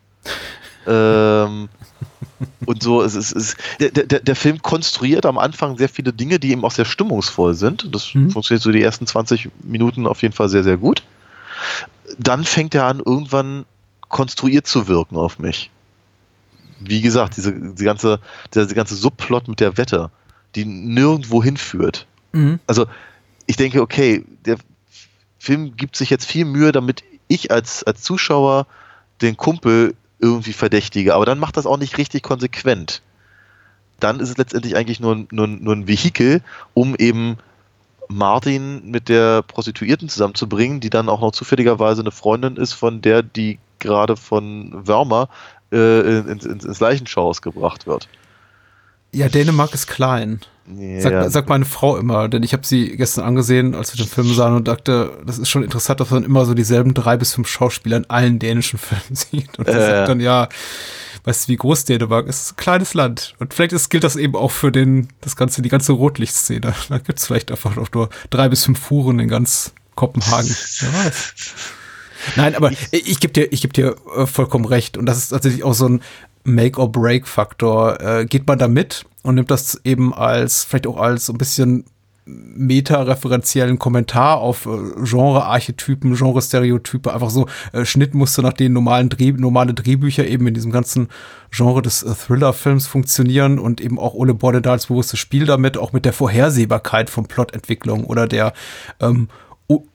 ähm, und so, es ist, es ist der, der, der Film konstruiert am Anfang sehr viele Dinge, die eben auch sehr stimmungsvoll sind. Das mhm. funktioniert so die ersten zwanzig Minuten auf jeden Fall sehr, sehr gut. Dann fängt er an, irgendwann konstruiert zu wirken auf mich. Wie gesagt, diese, die ganze, der, die ganze Subplot mit der Wette, die nirgendwo hinführt. Mhm. Also, ich denke, okay, der Film gibt sich jetzt viel Mühe, damit ich als, als Zuschauer den Kumpel irgendwie verdächtige, aber dann macht das auch nicht richtig konsequent. Dann ist es letztendlich eigentlich nur, nur, nur ein Vehikel, um eben Martin mit der Prostituierten zusammenzubringen, die dann auch noch zufälligerweise eine Freundin ist, von der die gerade von Wörmer äh, ins, ins, ins Leichenschauhaus gebracht wird. Ja, Dänemark ist klein. Ja. Sagt, sagt meine Frau immer, denn ich habe sie gestern angesehen, als wir den Film sahen und dachte, das ist schon interessant, dass man immer so dieselben drei bis fünf Schauspieler in allen dänischen Filmen sieht. Und sie äh. sagt dann, ja, weißt du, wie groß Dänemark ist? Es ist ein kleines Land. Und vielleicht ist, gilt das eben auch für den, das ganze, die ganze Rotlichtszene. Da gibt es vielleicht einfach noch nur drei bis fünf Fuhren in ganz Kopenhagen. Wer weiß. Nein, aber ich, ich gebe dir, ich geb dir äh, vollkommen recht. Und das ist tatsächlich auch so ein Make-or-Break-Faktor. Äh, geht man da mit und nimmt das eben als, vielleicht auch als so ein bisschen meta-referenziellen Kommentar auf äh, Genre-Archetypen, Genre-Stereotype, einfach so äh, Schnittmuster, nach denen normalen Dreh, normale Drehbücher eben in diesem ganzen Genre des äh, Thriller-Films funktionieren und eben auch Ole Bornedals bewusstes Spiel damit, auch mit der Vorhersehbarkeit von Plotentwicklung oder der ähm,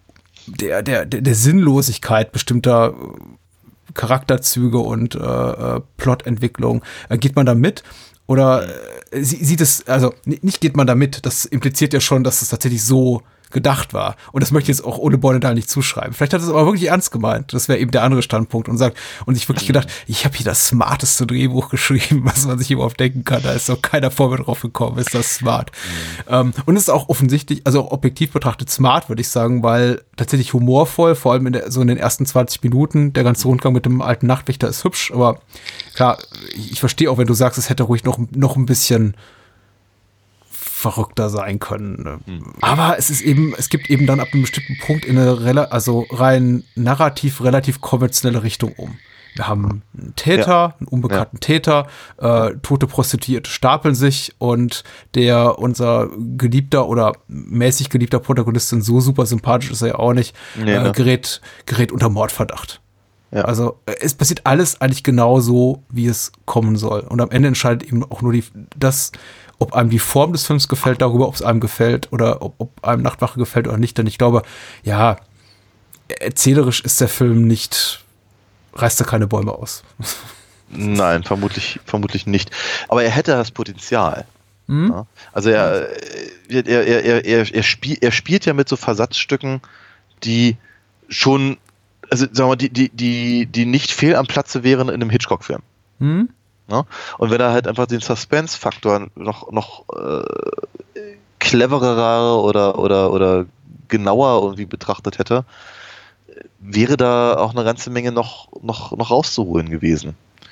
der, der, der, der Sinnlosigkeit bestimmter Charakterzüge und äh, äh, Plotentwicklung. Äh, geht man da mit? Oder äh, sieht es, also nicht geht man da mit, das impliziert ja schon, dass es tatsächlich so gedacht war. Und das möchte ich jetzt auch ohne Bornedal nicht zuschreiben. Vielleicht hat es aber wirklich ernst gemeint. Das wäre eben der andere Standpunkt und sagt, und ich wirklich gedacht, ich habe hier das smarteste Drehbuch geschrieben, was man sich überhaupt denken kann. Da ist doch keiner vor mir drauf gekommen, ist das smart. Mhm. Ähm, und es ist auch offensichtlich, also auch objektiv betrachtet smart, würde ich sagen, weil tatsächlich humorvoll, vor allem in der, so in den ersten zwanzig Minuten, der ganze Rundgang mit dem alten Nachtwächter ist hübsch, aber klar, ich, ich verstehe auch, wenn du sagst, es hätte ruhig noch, noch ein bisschen verrückter sein können. Mhm. Aber es ist eben, es gibt eben dann ab einem bestimmten Punkt in eine rela- also rein narrativ relativ konventionelle Richtung um. Wir haben einen Täter, ja. einen unbekannten ja. Täter, äh, tote Prostituierte stapeln sich und der, unser geliebter oder mäßig geliebter Protagonistin, so super sympathisch ist er ja auch nicht, nee, äh, ne? gerät, gerät unter Mordverdacht. Ja. Also es passiert alles eigentlich genau so, wie es kommen soll. Und am Ende entscheidet eben auch nur die, das, ob einem die Form des Films gefällt, darüber, ob es einem gefällt oder ob, ob einem Nachtwache gefällt oder nicht. Denn ich glaube, ja, erzählerisch ist der Film nicht, reißt er keine Bäume aus. Nein, vermutlich, vermutlich nicht. Aber er hätte das Potenzial. Mhm. Ja? Also er, er, er, er, er, er, spiel, er spielt ja mit so Versatzstücken, die schon, also sagen wir mal, die, die, die, die nicht fehl am Platze wären in einem Hitchcock-Film. Mhm. Ja? Und wenn er halt einfach den Suspense-Faktor noch, noch äh, cleverer oder, oder, oder genauer irgendwie betrachtet hätte, wäre da auch eine ganze Menge noch, noch, noch rauszuholen gewesen.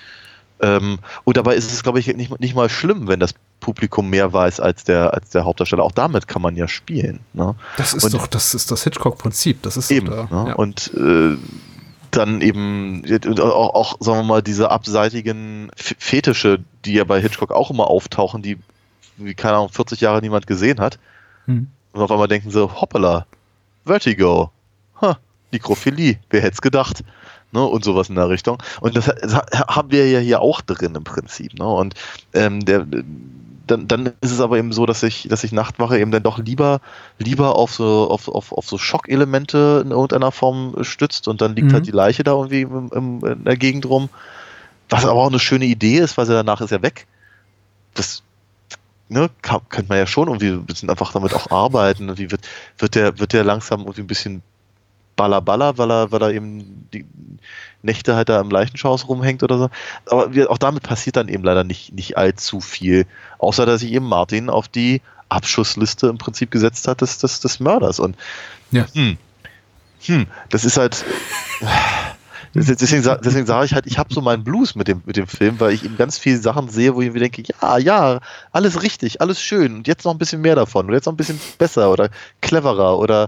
Ähm, und dabei ist es, glaube ich, nicht, nicht mal schlimm, wenn das Publikum mehr weiß als der, als der Hauptdarsteller. Auch damit kann man ja spielen. Ne? Das ist und, doch, das ist das Hitchcock-Prinzip. Das ist eben. Da, ne? ja. Und äh, dann eben auch, auch, sagen wir mal, diese abseitigen Fetische, die ja bei Hitchcock auch immer auftauchen, die, wie keine Ahnung, vierzig Jahre niemand gesehen hat. Hm. Und auf einmal denken sie, hoppala, Vertigo, ha, Nekrophilie, wer hätte es gedacht? Ne, und sowas in der Richtung. Und das, das haben wir ja hier auch drin im Prinzip. Ne? Und ähm, der, dann, dann ist es aber eben so, dass sich dass ich Nachtwache eben dann doch lieber, lieber auf so, auf, auf, auf so Schockelemente in irgendeiner Form stützt und dann liegt mhm. halt die Leiche da irgendwie im, im, in der Gegend rum. Was aber auch eine schöne Idee ist, weil sie danach ist ja weg. Das ne, kann, könnte man ja schon irgendwie ein bisschen einfach damit auch arbeiten. Irgendwie wird, wird, der, wird der langsam irgendwie ein bisschen Baller Baller, weil er, weil er eben die Nächte halt da im Leichenschaus rumhängt oder so. Aber wir, auch damit passiert dann eben leider nicht, nicht allzu viel. Außer, dass sich eben Martin auf die Abschussliste im Prinzip gesetzt hat des, des, des Mörders. Und ja. hm, hm, das ist halt deswegen, deswegen sage ich halt, ich habe so meinen Blues mit dem, mit dem Film, weil ich eben ganz viele Sachen sehe, wo ich mir denke, ja, ja, alles richtig, alles schön und jetzt noch ein bisschen mehr davon und jetzt noch ein bisschen besser oder cleverer oder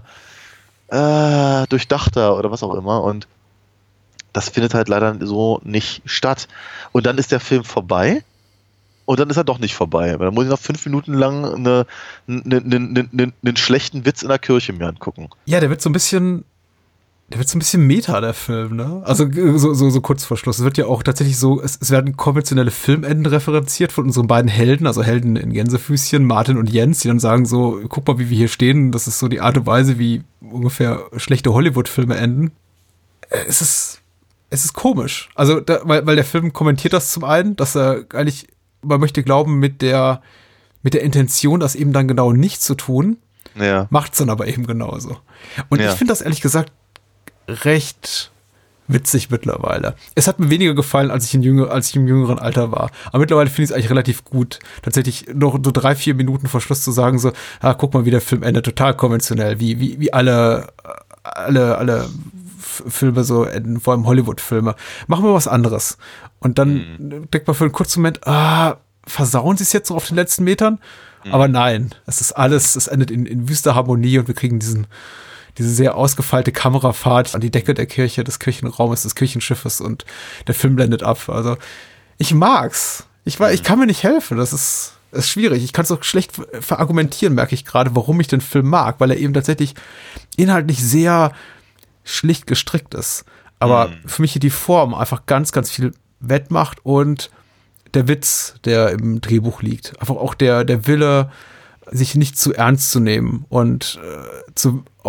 Äh, durchdachter oder was auch immer und das findet halt leider so nicht statt. Und dann ist der Film vorbei und dann ist er doch nicht vorbei. Dann muss ich noch fünf Minuten lang eine, eine, eine, eine, einen schlechten Witz in der Kirche mir angucken. Ja, der wird so ein bisschen Der wird so ein bisschen Meta, der Film, ne? Also so, so, so kurz vor Schluss. Es wird ja auch tatsächlich so, es, es werden konventionelle Filmenden referenziert von unseren beiden Helden, also Helden in Gänsefüßchen, Martin und Jens, die dann sagen so, guck mal, wie wir hier stehen. Das ist so die Art und Weise, wie ungefähr schlechte Hollywood-Filme enden. Es ist, es ist komisch. Also, da, weil, weil der Film kommentiert das zum einen, dass er eigentlich, man möchte glauben, mit der, mit der Intention, das eben dann genau nicht zu tun, ja. Macht es dann aber eben genauso. Und ja. ich finde das ehrlich gesagt recht witzig mittlerweile. Es hat mir weniger gefallen, als ich, in jünger, als ich im jüngeren Alter war. Aber mittlerweile finde ich es eigentlich relativ gut, tatsächlich noch so drei, vier Minuten vor Schluss zu sagen, so, ah, guck mal, wie der Film endet, total konventionell, wie, wie, wie alle, alle, alle Filme so enden, vor allem Hollywood-Filme. Machen wir was anderes. Und dann mhm. denkt man für einen kurzen Moment, ah, versauen sie es jetzt so auf den letzten Metern? Mhm. Aber nein, es ist alles, es endet in, in wüster Harmonie und wir kriegen diesen diese sehr ausgefeilte Kamerafahrt an die Decke der Kirche, des Kirchenraumes, des Kirchenschiffes und der Film blendet ab. Also ich mag's. Ich, ich kann mir nicht helfen. Das ist, ist schwierig. Ich kann es auch schlecht verargumentieren, merke ich gerade, warum ich den Film mag, weil er eben tatsächlich inhaltlich sehr schlicht gestrickt ist. Aber mhm. für mich hier die Form einfach ganz, ganz viel wettmacht und der Witz, der im Drehbuch liegt. Einfach auch der, der Wille, sich nicht zu ernst zu nehmen und äh, zu auch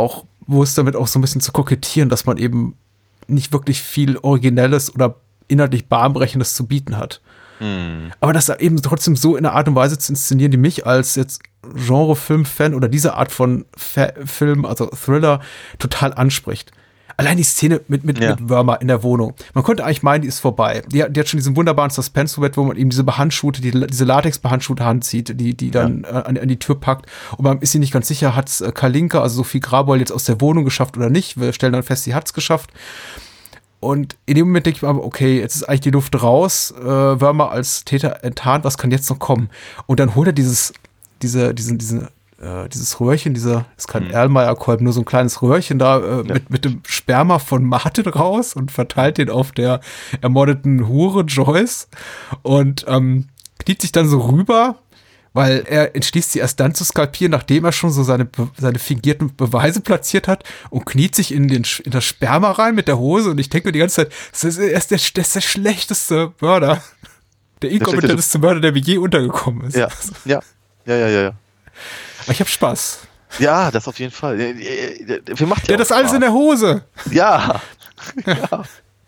bewusst damit auch so ein bisschen zu kokettieren, dass man eben nicht wirklich viel Originelles oder inhaltlich Bahnbrechendes zu bieten hat. Hm. Aber das eben trotzdem so in einer Art und Weise zu inszenieren, die mich als jetzt Genre-Film-Fan oder diese Art von Fa- Film, also Thriller, total anspricht. Allein die Szene mit, mit, ja. mit Wörmer in der Wohnung. Man konnte eigentlich meinen, die ist vorbei. Die, die hat schon diesen wunderbaren Suspense-Moment, wo man eben diese Behandschuhte, die, diese Latex-Behandschuhte Hand zieht, die, die dann ja. äh, an, an die Tür packt. Und man ist sich nicht ganz sicher, hat es äh, Kalinka, also Sophie Graboll, jetzt aus der Wohnung geschafft oder nicht. Wir stellen dann fest, sie hat es geschafft. Und in dem Moment denke ich mir aber, okay, jetzt ist eigentlich die Luft raus, äh, Wörmer als Täter enttarnt, was kann jetzt noch kommen? Und dann holt er dieses, diese, diesen, diesen, äh, dieses Röhrchen, dieser, ist kein mhm. Erlenmeyer-Kolben, nur so ein kleines Röhrchen da äh, ja. mit, mit dem Sperma von Martin raus und verteilt den auf der ermordeten Hure Joyce und ähm, kniet sich dann so rüber, weil er entschließt, sie erst dann zu skalpieren, nachdem er schon so seine, seine fingierten Beweise platziert hat und kniet sich in, den, in das Sperma rein mit der Hose. Und ich denke mir die ganze Zeit, das ist, er ist der, das ist der schlechteste Mörder. Der inkompetenteste Mörder, der mir je untergekommen ist. Ja, ja, ja, ja, ja. Aber ich habe Spaß. Ja, das auf jeden Fall. Wie macht der das alles in der Hose? Ja. ja.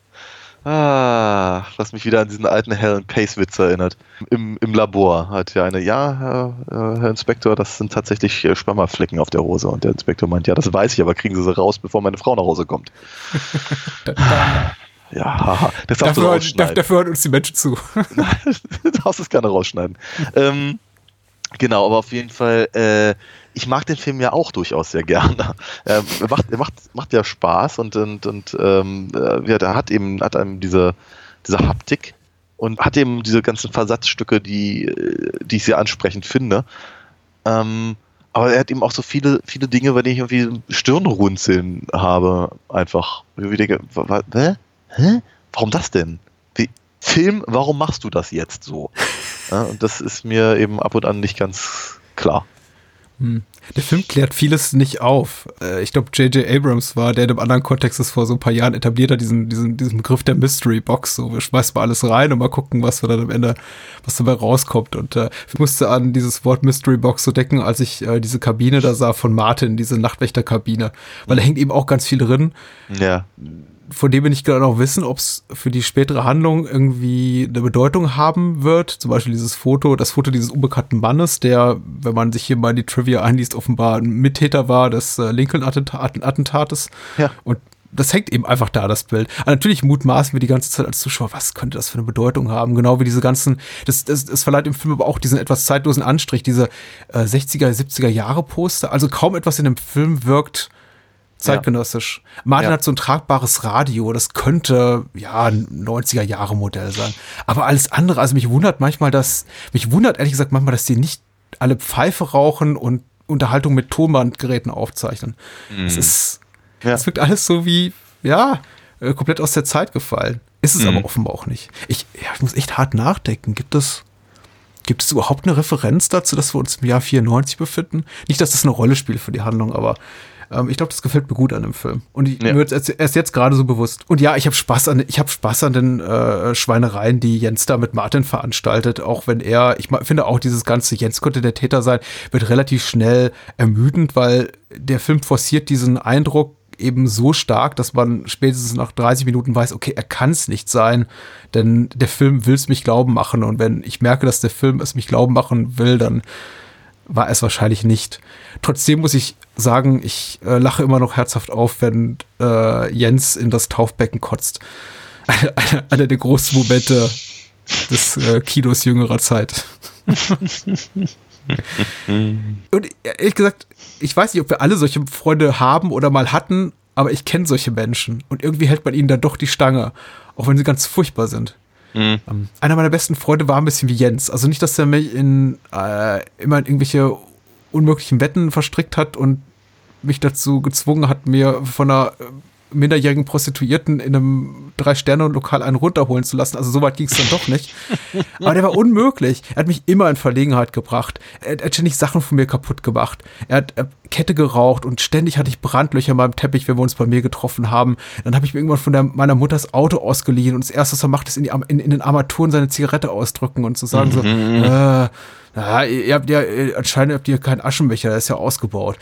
Ah, was mich wieder an diesen alten Helen Pace-Witz erinnert. Im, Im Labor hat ja eine, ja, Herr, Herr Inspektor, das sind tatsächlich Spermaflecken auf der Hose. Und der Inspektor meint, ja, das weiß ich, aber kriegen Sie sie raus, bevor meine Frau nach Hause kommt. ja, das darfst du rausschneiden. Dafür hören uns die Menschen zu. Du darfst es gerne rausschneiden. ähm, genau, aber auf jeden Fall, äh, ich mag den Film ja auch durchaus sehr gerne. Er macht, er macht, macht ja Spaß und, und, und ähm, er hat eben hat einem diese, diese Haptik und hat eben diese ganzen Versatzstücke, die, die ich sehr ansprechend finde. Ähm, aber er hat eben auch so viele, viele Dinge, bei denen ich irgendwie Stirnrunzeln habe, einfach. Ich denke, hä? Hä? Warum das denn? Wie, Film, warum machst du das jetzt so? Ja, und das ist mir eben ab und an nicht ganz klar. Der Film klärt vieles nicht auf. Ich glaube, J J Abrams war, der in einem anderen Kontext das vor so ein paar Jahren etabliert hat, diesen, diesen, diesen Begriff der Mystery Box. So, wir schmeißen mal alles rein und mal gucken, was wir dann am Ende, was dabei rauskommt. Und äh, ich musste an dieses Wort Mystery Box so denken, als ich äh, diese Kabine da sah von Martin, diese Nachtwächterkabine. Weil da hängt eben auch ganz viel drin. Ja. Von dem wir nicht genau wissen, ob es für die spätere Handlung irgendwie eine Bedeutung haben wird. Zum Beispiel dieses Foto, das Foto dieses unbekannten Mannes, der, wenn man sich hier mal in die Trivia einliest, offenbar ein Mittäter war des äh, Lincoln-Attentates. Ja. Und das hängt eben einfach da, das Bild. Aber natürlich mutmaßen wir die ganze Zeit als Zuschauer, was könnte das für eine Bedeutung haben? Genau wie diese ganzen, das, das, das verleiht im Film aber auch diesen etwas zeitlosen Anstrich, diese äh, sechziger, siebziger Jahre Poster. Also kaum etwas in dem Film wirkt zeitgenössisch. Ja. Martin ja. hat so ein tragbares Radio, das könnte, ja, ein neunziger Jahre Modell sein. Aber alles andere, also mich wundert manchmal, dass, mich wundert ehrlich gesagt manchmal, dass die nicht alle Pfeife rauchen und Unterhaltung mit Tonbandgeräten aufzeichnen. Mhm. Das ist, ja. das wirkt alles so wie, ja, komplett aus der Zeit gefallen. Ist es mhm. aber offenbar auch nicht. Ich, ja, ich muss echt hart nachdenken. Gibt es, gibt es überhaupt eine Referenz dazu, dass wir uns im Jahr vierundneunzig befinden? Nicht, dass das eine Rolle spielt für die Handlung, aber ich glaube, das gefällt mir gut an dem Film. Und ich, ja. mir wird es erst jetzt gerade so bewusst. Und ja, ich habe Spaß an, ich habe Spaß an den äh, Schweinereien, die Jens da mit Martin veranstaltet. Auch wenn er, ich finde auch dieses ganze Jens könnte der Täter sein, wird relativ schnell ermüdend, weil der Film forciert diesen Eindruck eben so stark, dass man spätestens nach dreißig Minuten weiß, okay, er kann es nicht sein, denn der Film will es mich glauben machen. Und wenn ich merke, dass der Film es mich glauben machen will, dann war es wahrscheinlich nicht. Trotzdem muss ich sagen, ich äh, lache immer noch herzhaft auf, wenn äh, Jens in das Taufbecken kotzt. Einer eine, eine der großen Momente des äh, Kinos jüngerer Zeit. Und ehrlich gesagt, ich weiß nicht, ob wir alle solche Freunde haben oder mal hatten, aber ich kenne solche Menschen. Und irgendwie hält man ihnen dann doch die Stange, auch wenn sie ganz furchtbar sind. Mhm. Um, einer meiner besten Freunde war ein bisschen wie Jens. Also nicht, dass er mich in äh, immer in irgendwelche unmöglichen Wetten verstrickt hat und mich dazu gezwungen hat, mir von einer minderjährigen Prostituierten in einem Drei-Sterne-Lokal einen runterholen zu lassen. Also so weit ging es dann doch nicht. Aber der war unmöglich. Er hat mich immer in Verlegenheit gebracht. Er, er hat ständig Sachen von mir kaputt gemacht. Er hat äh, Kette geraucht und ständig hatte ich Brandlöcher in meinem Teppich, wenn wir uns bei mir getroffen haben. Dann habe ich mir irgendwann von der, meiner Mutter das Auto ausgeliehen und das Erste, was er macht, ist in, die, in, in den Armaturen seine Zigarette ausdrücken und zu sagen so, äh, na, ihr habt ja, anscheinend habt ihr keinen Aschenbecher, der ist ja ausgebaut.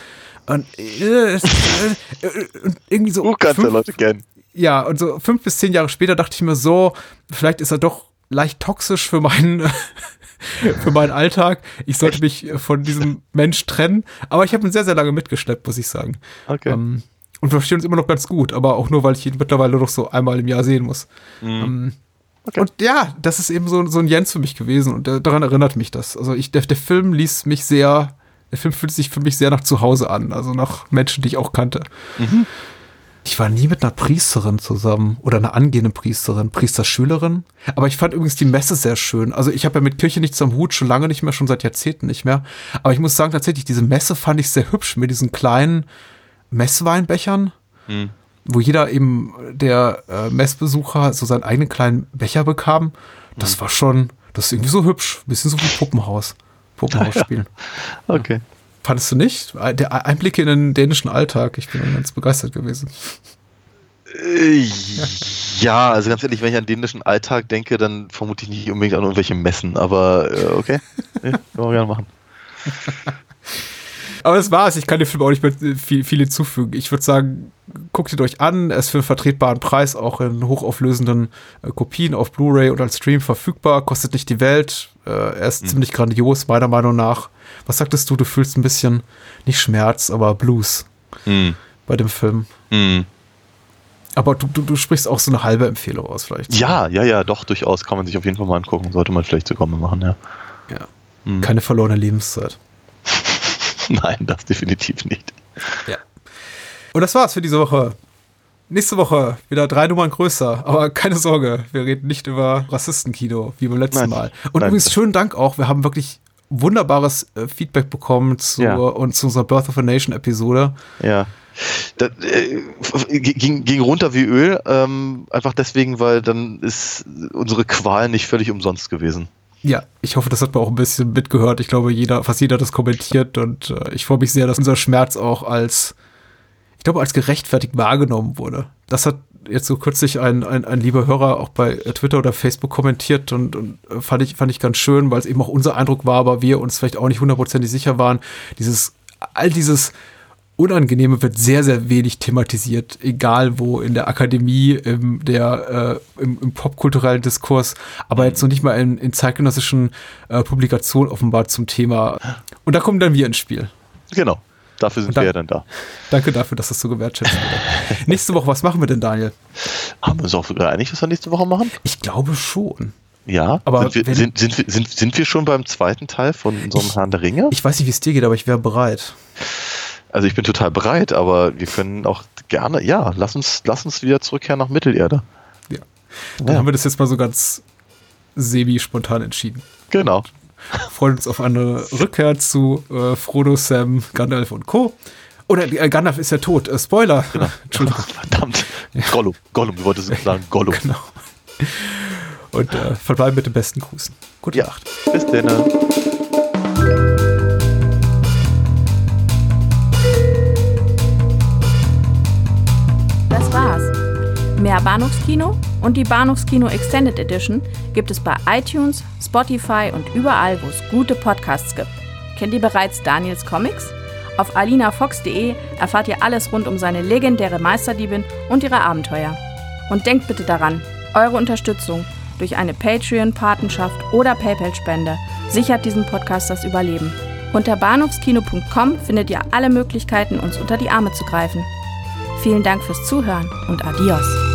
Und, äh, es, äh, und irgendwie so. Du kannst fünf, ja Leute kennen. Ja, und so fünf bis zehn Jahre später dachte ich mir so, vielleicht ist er doch leicht toxisch für meinen, für meinen Alltag. Ich sollte mich von diesem Mensch trennen. Aber ich habe ihn sehr, sehr lange mitgeschleppt, muss ich sagen. Okay. Ähm, und wir verstehen uns immer noch ganz gut, aber auch nur, weil ich ihn mittlerweile noch so einmal im Jahr sehen muss. Mhm. Ähm, Okay. Und ja, das ist eben so, so ein Jens für mich gewesen und der, daran erinnert mich das. Also ich, der, der Film ließ mich sehr, der Film fühlt sich für mich sehr nach Zuhause an, also nach Menschen, die ich auch kannte. Mhm. Ich war nie mit einer Priesterin zusammen oder einer angehenden Priesterin, Priesterschülerin, aber ich fand übrigens die Messe sehr schön. Also ich habe ja mit Kirche nichts am Hut, schon lange nicht mehr, schon seit Jahrzehnten nicht mehr. Aber ich muss sagen, tatsächlich, diese Messe fand ich sehr hübsch mit diesen kleinen Messweinbechern. Mhm. Wo jeder eben, der äh, Messbesucher, so seinen eigenen kleinen Becher bekam. Das mhm. war schon, das ist irgendwie so hübsch. Ein bisschen so wie Puppenhaus. Puppenhaus spielen. Ja. Okay. Fandest du nicht? Der Einblicke in den dänischen Alltag. Ich bin dann ganz begeistert gewesen. Äh, ja, also ganz ehrlich, wenn ich an den dänischen Alltag denke, dann vermute ich nicht unbedingt an irgendwelche Messen. Aber äh, okay, ja, können wir gerne machen. Aber das war's. Ich kann dem Film auch nicht mehr viel, viel hinzufügen. Ich würde sagen, guckt ihn euch an. Er ist für einen vertretbaren Preis auch in hochauflösenden äh, Kopien auf Blu-ray und als Stream verfügbar. Kostet nicht die Welt. Äh, er ist mhm. ziemlich grandios, meiner Meinung nach. Was sagtest du? Du fühlst ein bisschen, nicht Schmerz, aber Blues mhm. bei dem Film. Mhm. Aber du, du, du sprichst auch so eine halbe Empfehlung aus vielleicht. Ja, ja, ja, doch, durchaus. Kann man sich auf jeden Fall mal angucken. Sollte man vielleicht sogar mal machen, ja. Ja. Mhm. Keine verlorene Lebenszeit. Nein, das definitiv nicht. Ja. Und das war's für diese Woche. Nächste Woche wieder drei Nummern größer. Aber keine Sorge, wir reden nicht über Rassistenkino, wie beim letzten Nein. Mal. Und Nein. übrigens schönen Dank auch. Wir haben wirklich wunderbares äh, Feedback bekommen zu, ja. und zu unserer Birth of a Nation Episode. Ja. Das, äh, ging, ging runter wie Öl. Ähm, einfach deswegen, weil dann ist unsere Qual nicht völlig umsonst gewesen. Ja, ich hoffe, das hat man auch ein bisschen mitgehört. Ich glaube, jeder, fast jeder hat das kommentiert und äh, ich freue mich sehr, dass unser Schmerz auch als, ich glaube, als gerechtfertigt wahrgenommen wurde. Das hat jetzt so kürzlich ein, ein, ein lieber Hörer auch bei Twitter oder Facebook kommentiert und, und fand ich, fand ich ganz schön, weil es eben auch unser Eindruck war, aber wir uns vielleicht auch nicht hundertprozentig sicher waren. Dieses, all dieses Unangenehme wird sehr, sehr wenig thematisiert, egal wo, in der Akademie, im, der, äh, im, im popkulturellen Diskurs, aber jetzt noch nicht mal in, in zeitgenössischen äh, Publikationen offenbar zum Thema. Und da kommen dann wir ins Spiel. Genau, dafür sind da, wir ja dann da. Danke dafür, dass das so gewertschätzt wird. Nächste Woche, was machen wir denn, Daniel? Haben wir uns auch geeinigt, was wir nächste Woche machen? Ich glaube schon. Ja, aber sind wir, sind, sind, wir, sind, sind wir schon beim zweiten Teil von unserem ich, Herrn der Ringe? Ich weiß nicht, wie es dir geht, aber ich wäre bereit. Also ich bin total bereit, aber wir können auch gerne, ja, lass uns, lass uns wieder zurückkehren nach Mittelerde. Ja. Dann ja. haben wir das jetzt mal so ganz semi-spontan entschieden. Genau. Freuen uns auf eine Rückkehr zu äh, Frodo, Sam, Gandalf und Co. Oder äh, Gandalf ist ja tot. Äh, Spoiler. Genau. Entschuldigung. Verdammt. Ja. Gollum. Gollum, du wolltest sagen Gollum. Genau. Und äh, verbleiben mit den besten Grüßen. Gute ja. Nacht. Bis dann. Das war's. Mehr Bahnhofskino und die Bahnhofskino Extended Edition gibt es bei iTunes, Spotify und überall, wo es gute Podcasts gibt. Kennt ihr bereits Daniels Comics? Auf alinafox punkt de erfahrt ihr alles rund um seine legendäre Meisterdiebin und ihre Abenteuer. Und denkt bitte daran, eure Unterstützung durch eine Patreon-Patenschaft oder PayPal-Spende sichert diesem Podcast das Überleben. Unter bahnhofskino punkt com findet ihr alle Möglichkeiten, uns unter die Arme zu greifen. Vielen Dank fürs Zuhören und adios.